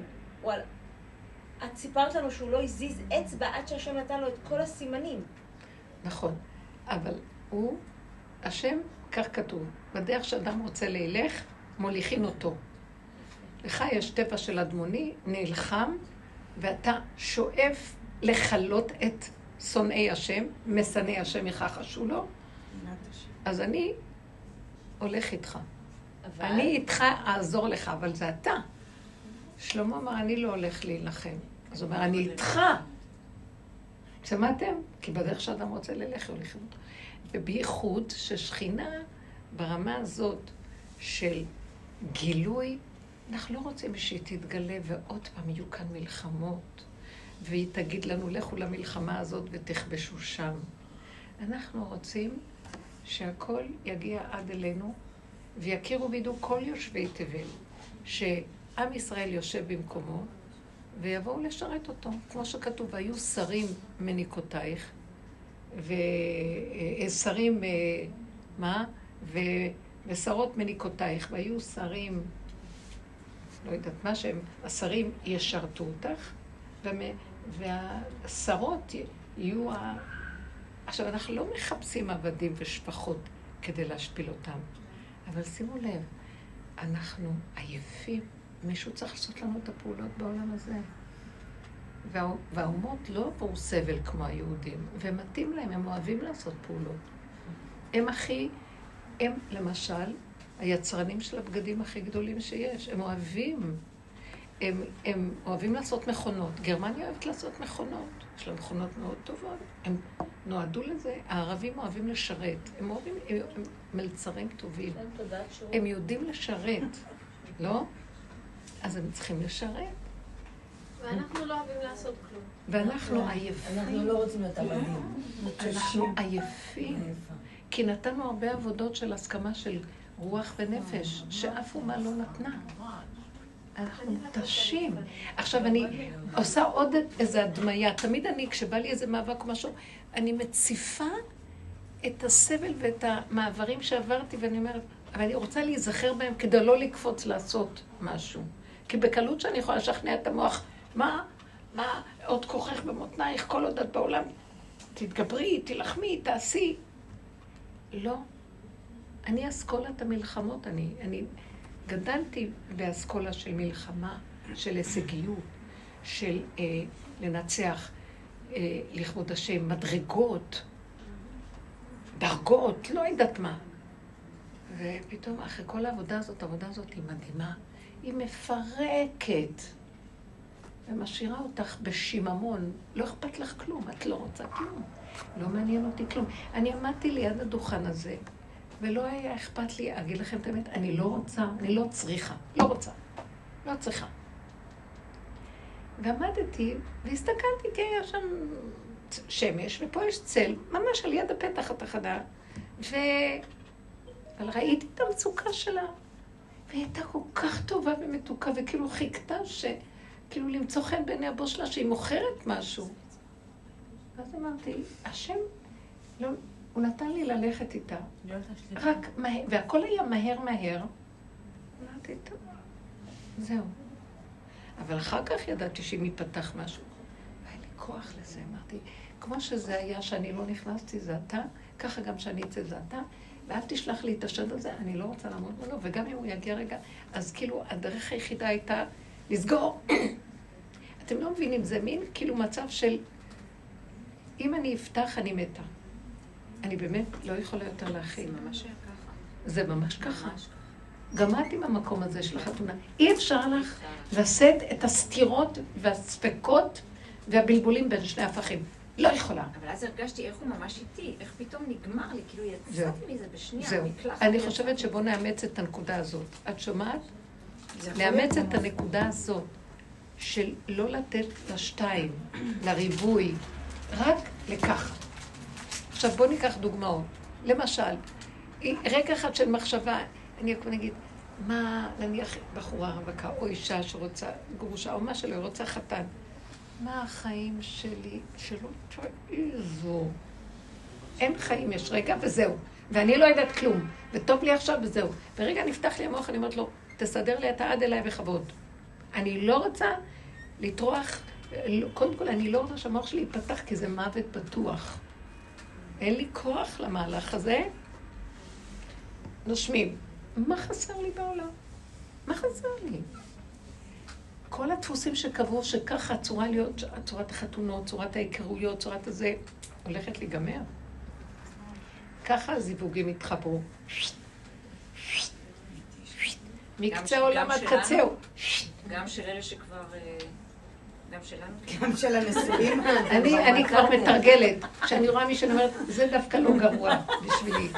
את סיפרת לנו שהוא לא הזיז אצבע עד שהשם נתן לו את כל הסימנים. נכון, אבל הוא, השם, כך כתוב, בדרך שאדם רוצה להילך, מוליכין אותו. לך יש טבע של אדמוני, נלחם, ואתה שואף לחלות את שונאי השם, משנאי השם יכחשו לו, אז אני הולך איתך. אני איתך אעזור לך, אבל זה אתה. שלמה אמר, אני לא הולך להילחם. אז הוא אומר, אני איתך. שמעתם? כי בדרך שאדם רוצה ללך, הולכים אותו. ובייחוד ששכינה ברמה הזאת של גילוי, אנחנו לא רוצים שהיא תתגלה ועוד פעם יהיו כאן מלחמות. והיא תגיד לנו, לכו למלחמה הזאת ותכבשו שם. אנחנו רוצים שהכל יגיע עד אלינו, ויכירו וידעו כל יושבי תבל, שעם ישראל יושב במקומו, ויבואו לשרת אותו. כמו שכתוב, היו שרים מניקותייך, ושרים, ושרות מניקותייך, והיו שרים, לא יודעת מה שהם, השרים ישרתו אותך, והשרות יהיו עכשיו, אנחנו לא מחפשים עבדים ושפחות כדי להשפיל אותם, אבל שימו לב, אנחנו עייפים, מישהו צריך לעשות לנו את הפעולות בעולם הזה. והאומות לא עברו סבל כמו היהודים, ומתאים להם, הם אוהבים לעשות פעולות. הם למשל, היצרנים של הבגדים הכי גדולים שיש, הם אוהבים. הם אוהבים לעשות מכונות. גרמניה אוהבת לעשות מכונות. יש להם מכונות מאוד טובות. הם נועדו לזה. הערבים אוהבים לשרת. הם אוהבים, הם מלצרים טובים. הם יודעים לשרת. לא? אז הם צריכים לשרת. ואנחנו לא אוהבים לעשות כלום. ואנחנו עייפים. אנחנו לא רוצים להיות עבדים. אנחנו עייפים. כי נתנו הרבה עבודות של הסכמה של רוח ונפש, שאף אומה לא נתנה. אנחנו מותשים. עכשיו אני עושה עוד איזו הדמיה. תמיד אני, כשבא לי איזה מאבק או משהו, אני מציפה את הסבל ואת המעברים שעברתי, ואני אומרת, אבל אני רוצה להיזכר בהם כדי לא לקפוץ לעשות משהו. כי בקלות שאני יכולה לשכנע את המוח, מה עוד כוחך במותנייך, כל עוד את בעולם, תתגברי, תלחמי, תעשי. לא. אני אסכולת המלחמות, אני גדלתי באסכולה של מלחמה, של הישגיות, של לנצח לכבוד השם, מדרגות, דרגות, לא יודעת מה. ופתאום אחרי כל העבודה הזאת היא מדהימה, היא מפרקת ומשאירה אותך בשיממון, לא אכפת לך כלום, את לא רוצה כלום, לא מעניין אותי כלום. אני עמדתי ליד הדוכן הזה, ולא היה אכפת לי, אגיד לכם את האמת, אני לא רוצה, אני לא צריכה, לא צריכה. ועמדתי והסתכלתי כי היה שם שמש, ופה יש צל, ממש על יד הפתח התחנה, אבל ראיתי את המצוקה שלה, והיא הייתה כל כך טובה ומתוקה, וכאילו חיכתה כאילו למצוא חן בעיני הבוס שלה שהיא מוכרת משהו. ואז אמרתי, השם, לא, הוא נתן לי ללכת איתה. רק מהר, והכל היה מהר. אמרתי, טוב, זהו. אבל אחר כך ידעתי שאם ייפתח משהו, והיה לי כוח לזה, אמרתי, כמו שזה היה שאני לא נכנסתי, זה אתה, ככה גם שאני אצא זה אתה, ואל תשלח לי את השד הזה, אני לא רוצה לעמוד מולו, וגם אם הוא יגיע רגע, אז כאילו הדרך היחידה הייתה לסגור. אתם לא מבינים, זה מין כאילו מצב של, אם אני אפתח, אני מתה. אני באמת לא יכולה יותר להכין. זה ממש היה ככה. זה ממש ככה. גם את עם המקום הזה של החתונה. אי אפשר לך לשאת את הסתירות והספקות והבלבולים בין שני הפכים. לא יכולה. אבל אז הרגשתי איך הוא ממש איתי, איך פתאום נגמר לי, כאילו יצאתי מזה בשנייה. זהו. אני חושבת שבוא נאמץ את הנקודה הזאת. את שומעת? נאמץ את הנקודה הזאת של לא לתת לשתיים, לריבוי, רק לככה. עכשיו בוא ניקח דוגמאות. למשל, רגע אחד של מחשבה, אני אקום נגיד, מה, נניח בחורה רווקה או אישה שרוצה גרושה או מה שלא, היא רוצה חתן. מה החיים שלי שלא תעיזו? אין חיים, יש רגע וזהו. ואני לא יודעת כלום. וטוב לי עכשיו וזהו. ורגע נפתח לי המוח, אני אומרת לו, תסדר לי את העד אליי בכבוד. אני לא רוצה לטרוח, קודם כל אני לא רוצה שהמוח שלי ייפתח כי זה מוות פתוח. אין לי כוח למהלך הזה. נושמים. מה חסר לי בעולם? מה חסר לי? כל הדפוסים שקבעו שככה צורה להיות, צורת החתונות, צורת ההיכרויות, צורת הזה, הולכת להיגמר. ככה הזיווגים התחברו. מקצה עולם עד קצהו. גם של אלה שכבר... גם שלנו? גם של הנשואים. אני כבר מתרגלת. כשאני רואה מישהו, אני אומרת, זה דווקא לא גרוע בשבילי.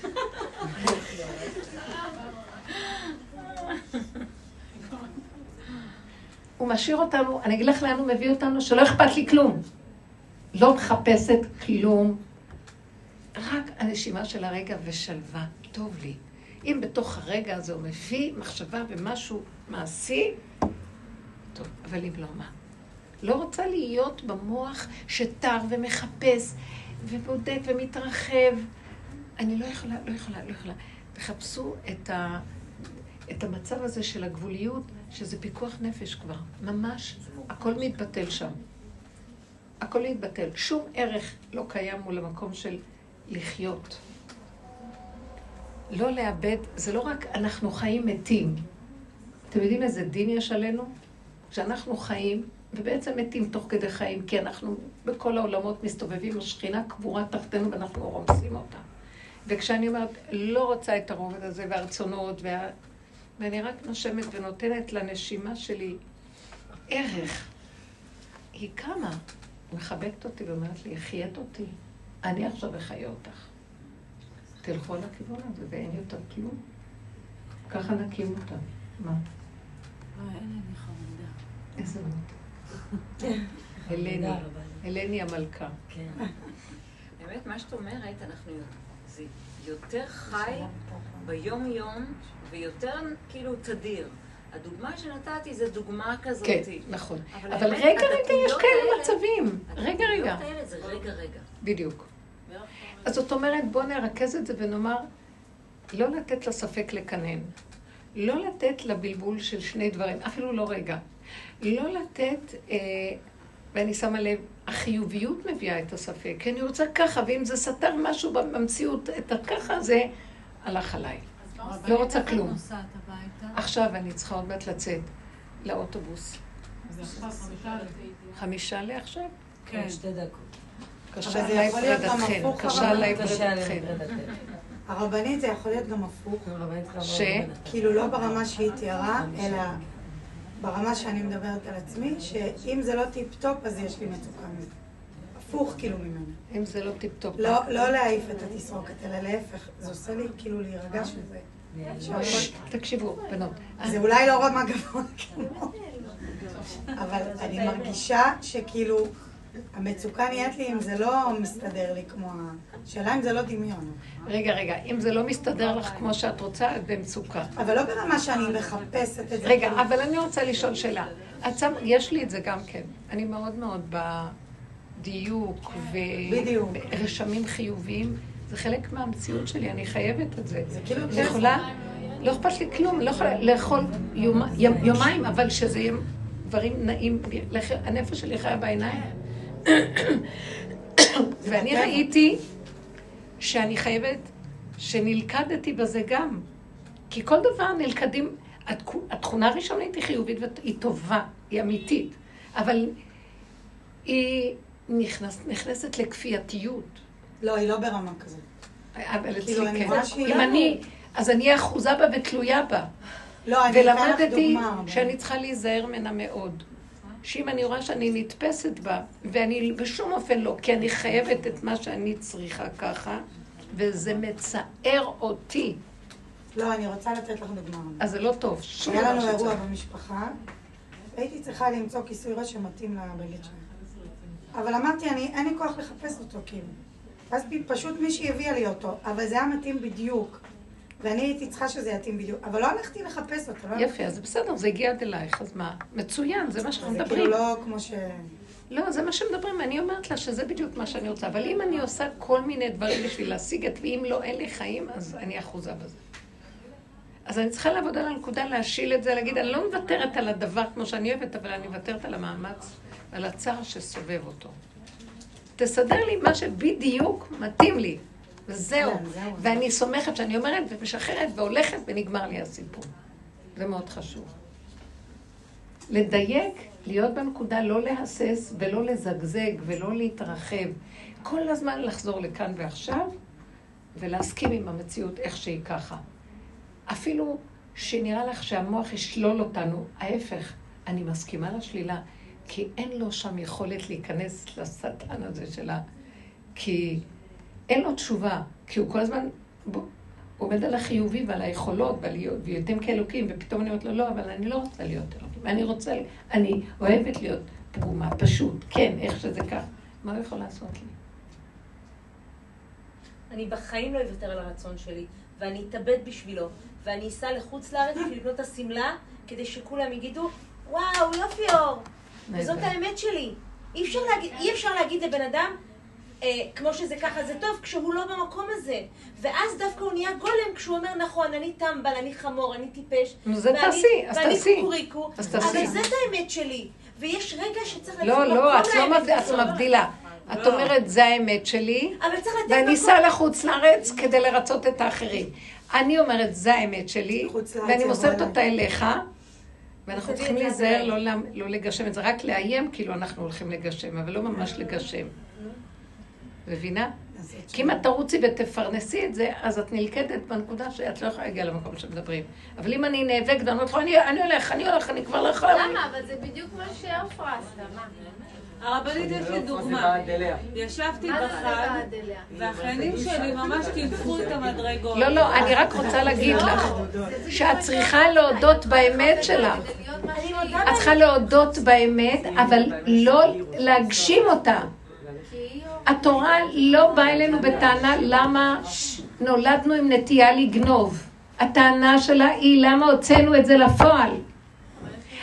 הוא משאיר אותנו, אני אגיד לך לאן הוא מביא אותנו, שלא אכפת לי כלום. לא מחפשת כלום. רק הנשימה של הרגע ושלווה, טוב לי. אם בתוך הרגע הזה הוא מביא מחשבה ומשהו מעשי, טוב, אבל אם לא מה? לא רוצה להיות במוח שטר ומחפש ובודק ומתרחב. אני לא יכולה. תחפשו את המצב הזה של הגבוליות, שזה פיקוח נפש כבר. ממש, הכל מתבטל שם. הכל מתבטל. שום ערך לא קיים מול המקום של לחיות. לא לאבד, זה לא רק אנחנו חיים מתים. אתם יודעים איזה דין יש עלינו? כשאנחנו חיים, ובעצם מתים תוך כדי חיים, כי אנחנו בכל העולמות מסתובבים, השכינה קבורה תחתנו ואנחנו רומסים אותה. וכשאני אומרת, לא רוצה את הרובד הזה והרצונות, ואני רק נושמת ונותנת לנשימה שלי ערך. היא קמה, מחבקת אותי ואומרת לי, חיית אותי, אני עכשיו אחיה אותך. תלכו על הכיוון הזה ואין יותר כלום. ככה נקים אותה. מה? אין לי חמודה. איזה מות. הלני המלכה. כן. באמת, מה שאת אומרת, זה יותר חי ביום יום ויותר כאילו תדיר. הדוגמה שנתתי זה דוגמה כזאת. כן, נכון. אבל רגע, יש כאלה מצבים. רגע. הדקויות האלה זה רגע. בדיוק. אז זאת אומרת, בוא נרכז את זה ונאמר, לא לתת לספק לקנן. לא לתת לבלבול של שני דברים, אפילו לא רגע. לא לתת, ואני שמה לב, החיוביות מביאה את הספק. כי אני רוצה ככה, ואם זה סתר משהו במציאות, את הככה הזה, הלך עליי. לא רוצה כלום. עכשיו אני צריכה עוד מעט לצאת לאוטובוס. אז עכשיו 5 לעכשיו? כן. 2 דקות. קשה עליי פרדתכם. קשה עליי פרדתכם. הרבנית זה יכול להיות גם הפוך. כאילו לא ברמה שהיא תיארה, אלא ברמה שאני מדברת על עצמי, שאם זה לא טיפ-טופ, אז יש לי מצוקה מזה. הפוך כאילו ממנו. אם זה לא טיפ-טופ. לא להעיף את התסרוקת, אלא להפך. זה עושה לי כאילו להירגע שזה. תקשיבו, בנות. זה אולי לא רמה גבוה כמו. אבל אני מרגישה שכאילו, המצוקה נהיית לי אם זה לא מסתדר לי כמו השאלה אם זה לא דמיון. רגע, אם זה לא מסתדר לך כמו שאת רוצה, את במצוקה. אבל לא ברמה שאני מחפשת את זה. רגע, אבל אני רוצה לשאול שאלה. יש לי את זה גם כן. אני מאוד מאוד בדיוק ורשמים חיוביים. זה חלק מהמציאות שלי, אני חייבת את זה. זה כאילו... אני יכולה, לא אכפת לי כלום, לא יכולה לאכול יומיים, אבל שזה יהיה דברים נעים. הנפש שלי חיה בעיניים. ואני ראיתי שאני חייבת, שנלכדתי בזה גם. כי כל דבר נלכדים, התכונה הראשונית היא חיובית והיא טובה, היא אמיתית. אבל היא נכנסת לכפייתיות. לא, היא לא ברמה כזאת. אבל אצלי כן. אם אני, אז אני אחוזה בה ותלויה בה. לא, אני אתן לך ולמדתי דוגמה. שאני צריכה להיזהר ממנה מאוד. שאם אני רואה שאני נתפסת בה, ואני בשום אופן לא, כי אני חייבת את מה שאני צריכה ככה, וזה מצער אותי. לא, אני רוצה לתת לך דוגמה. אז זה לא טוב. היה לנו אירוע במשפחה, והייתי צריכה למצוא כיסוי ראש שמתאים לבגד שלי. אבל אמרתי, אין לי כוח לחפש אותו כאילו. אז פשוט מישהי הביאה לי אותו, אבל זה היה מתאים בדיוק. ואני הייתי צריכה שזה יתאים בדיוק, אבל לא הלכתי לחפש אותו. יפה, אז זה בסדר, זה הגיע עד אלייך, אז מה? מצוין, זה מה שאנחנו מדברים. זה כאילו לא כמו ש... לא, זה מה שמדברים, אני אומרת לה שזה בדיוק מה שאני רוצה, אבל אם אני עושה כל מיני דברים בשביל להשיג את, ואם לא, אין לי חיים, אז אני אחוזה בזה. אז אני צריכה לעבוד על הנקודה, להשיל את זה, להגיד, אני לא מוותרת על הדבר כמו שאני אוהבת, אבל אני מוותרת על המאמץ, על הצער שסובב אותו. תסדר לי מה שבדיוק מתאים לי. וזהו. ואני סומכת שאני אומרת ומשחררת והולכת ונגמר לי הסיפור. זה מאוד חשוב. לדייק, להיות בנקודה, לא להסס ולא לזגזג ולא להתרחב. כל הזמן לחזור לכאן ועכשיו ולהסכים עם המציאות איך שהיא ככה. אפילו שנראה לך שהמוח ישלול אותנו, ההפך, אני מסכימה לשלילה, כי אין לו שם יכולת להיכנס לשטן הזה שלה, כי אין לו תשובה, כי הוא כל הזמן עומד על החיובי ועל היכולות, ויותם כאלוקים, ופתאום אני אומרת לו, לא, אבל אני לא רוצה להיות אלוקים, אני אוהבת להיות פגומה, פשוט, כן, איך שזה כך. מה הוא יכול לעשות לי? אני בחיים לא אוותר על הרצון שלי, ואני אתאבד בשבילו, ואני אסע לחוץ לארץ בשביל לקנות את הסמלה, כדי שכולם יגידו, וואו, יופי אור, וזאת האמת שלי. אי אפשר להגיד לבן אדם, כמו שזה ככה, זה טוב כשהוא לא במקום הזה. ואז דווקא הוא נהיה גולם כשהוא אומר, נכון, אני טמבל, אני חמור, אני טיפש. זה תעשי, אז תעשי. ואני קוקוריקו. אבל זאת האמת שלי. ויש רגע שצריך לתת מקום לאמת. לא, את מבדילה. את אומרת, זה האמת שלי, ואני אסע לחוץ לארץ כדי לרצות את האחרים. אני אומרת, זה האמת שלי, ואני מוסרת אותה אליך, ואנחנו צריכים להיזהר לא לגשם את זה, רק לאיים כאילו אנחנו הולכים לגשם, אבל לא ממש לגשם. מבינה? כי אם את תרוצי ותפרנסי את זה, אז את נלכדת בנקודה שאת לא יכולה להגיע למקום שמדברים. אבל אם אני נאבק, אני אומרת לו, אני הולך, אני כבר לא יכולה. למה? אבל זה בדיוק מה שעפרה עשתה, מה? הרבנית יש לי דוגמה. ישבתי בחג, והאחיינים שלי ממש תלפו את המדרגות. לא, אני רק רוצה להגיד לך, שאת צריכה להודות באמת שלך. את צריכה להודות באמת, אבל לא להגשים אותה. התורה לא באה אלינו בטענה למה נולדנו עם נטייה לגנוב. הטענה שלה היא למה הוצאנו את זה לפועל.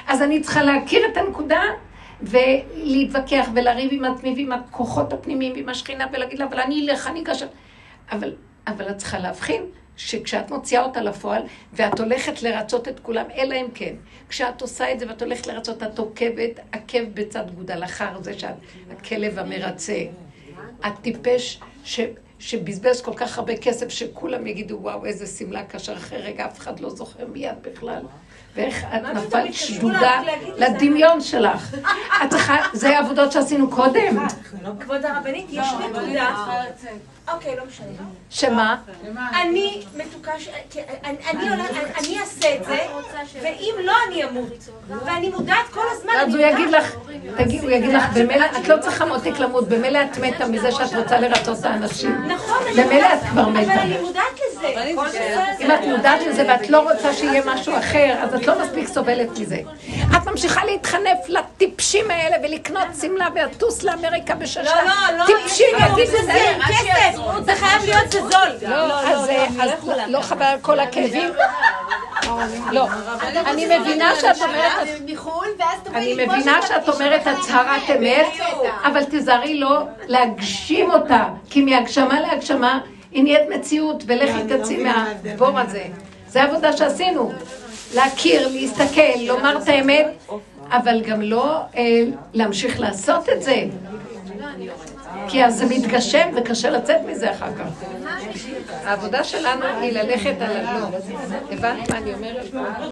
אז אני צריכה להכיר את הנקודה, ולהתווכח ולריב עם עצמי ועם הכוחות הפנימיים ועם השכינה, ולהגיד לה, אבל אני אלך, אני אגש. אבל את צריכה להבחין, שכשאת מוציאה אותה לפועל, ואת הולכת לרצות את כולם, אלא אם כן. כשאת עושה את זה ואת הולכת לרצות, את עוקבת עקב בצד גודל אחר זה שאת הכלב המרצה. את טיפש שבזבז כל כך הרבה כסף שכולם יגידו, וואו, איזה סמלה, כאשר אחרי רגע אף אחד לא זוכר מיד בכלל. ואיך את נפלת שדודה לדמיון שלך. את צריכה, זה העבודות שעשינו קודם. כבוד הרבנית, יש נקודה. אוקיי, לא משנה. שמה? אני מתוקה, אני אעשה את זה, ואם לא אני אמות. ואני מודעת כל הזמן. אז הוא יגיד לך, במילא, את לא צריכה מותיק למות, במילא את מתה מזה שאת רוצה לרצות את האנשים. נכון, במילא את כבר מתה. אבל אני מודעת לזה. אם את מודעת לזה ואת לא רוצה שיהיה משהו אחר, אז את לא מספיק סובלת מזה. את ממשיכה להתחנף לטיפשים האלה ולקנות סמלה ולטוס לאמריקה בששה. לא, טיפשים, זה כסף. זה חייב להיות זה זול. אז לא חבל על כל הכאבים? לא. אני מבינה שאת אומרת... אני מבינה שאת אומרת הצהרת אמת, אבל תזהרי לא להגשים אותה, כי מהגשמה להגשמה היא נהיית מציאות, ולכי תצאי מהבור הזה. זה העבודה שעשינו. להכיר, להסתכל, לומר את האמת, אבל גם לא להמשיך לעשות את זה. כי אז זה מתגשם וקשה לצאת מזה אחר כך. העבודה שלנו היא ללכת על הלא. הבנת מה אני אומרת?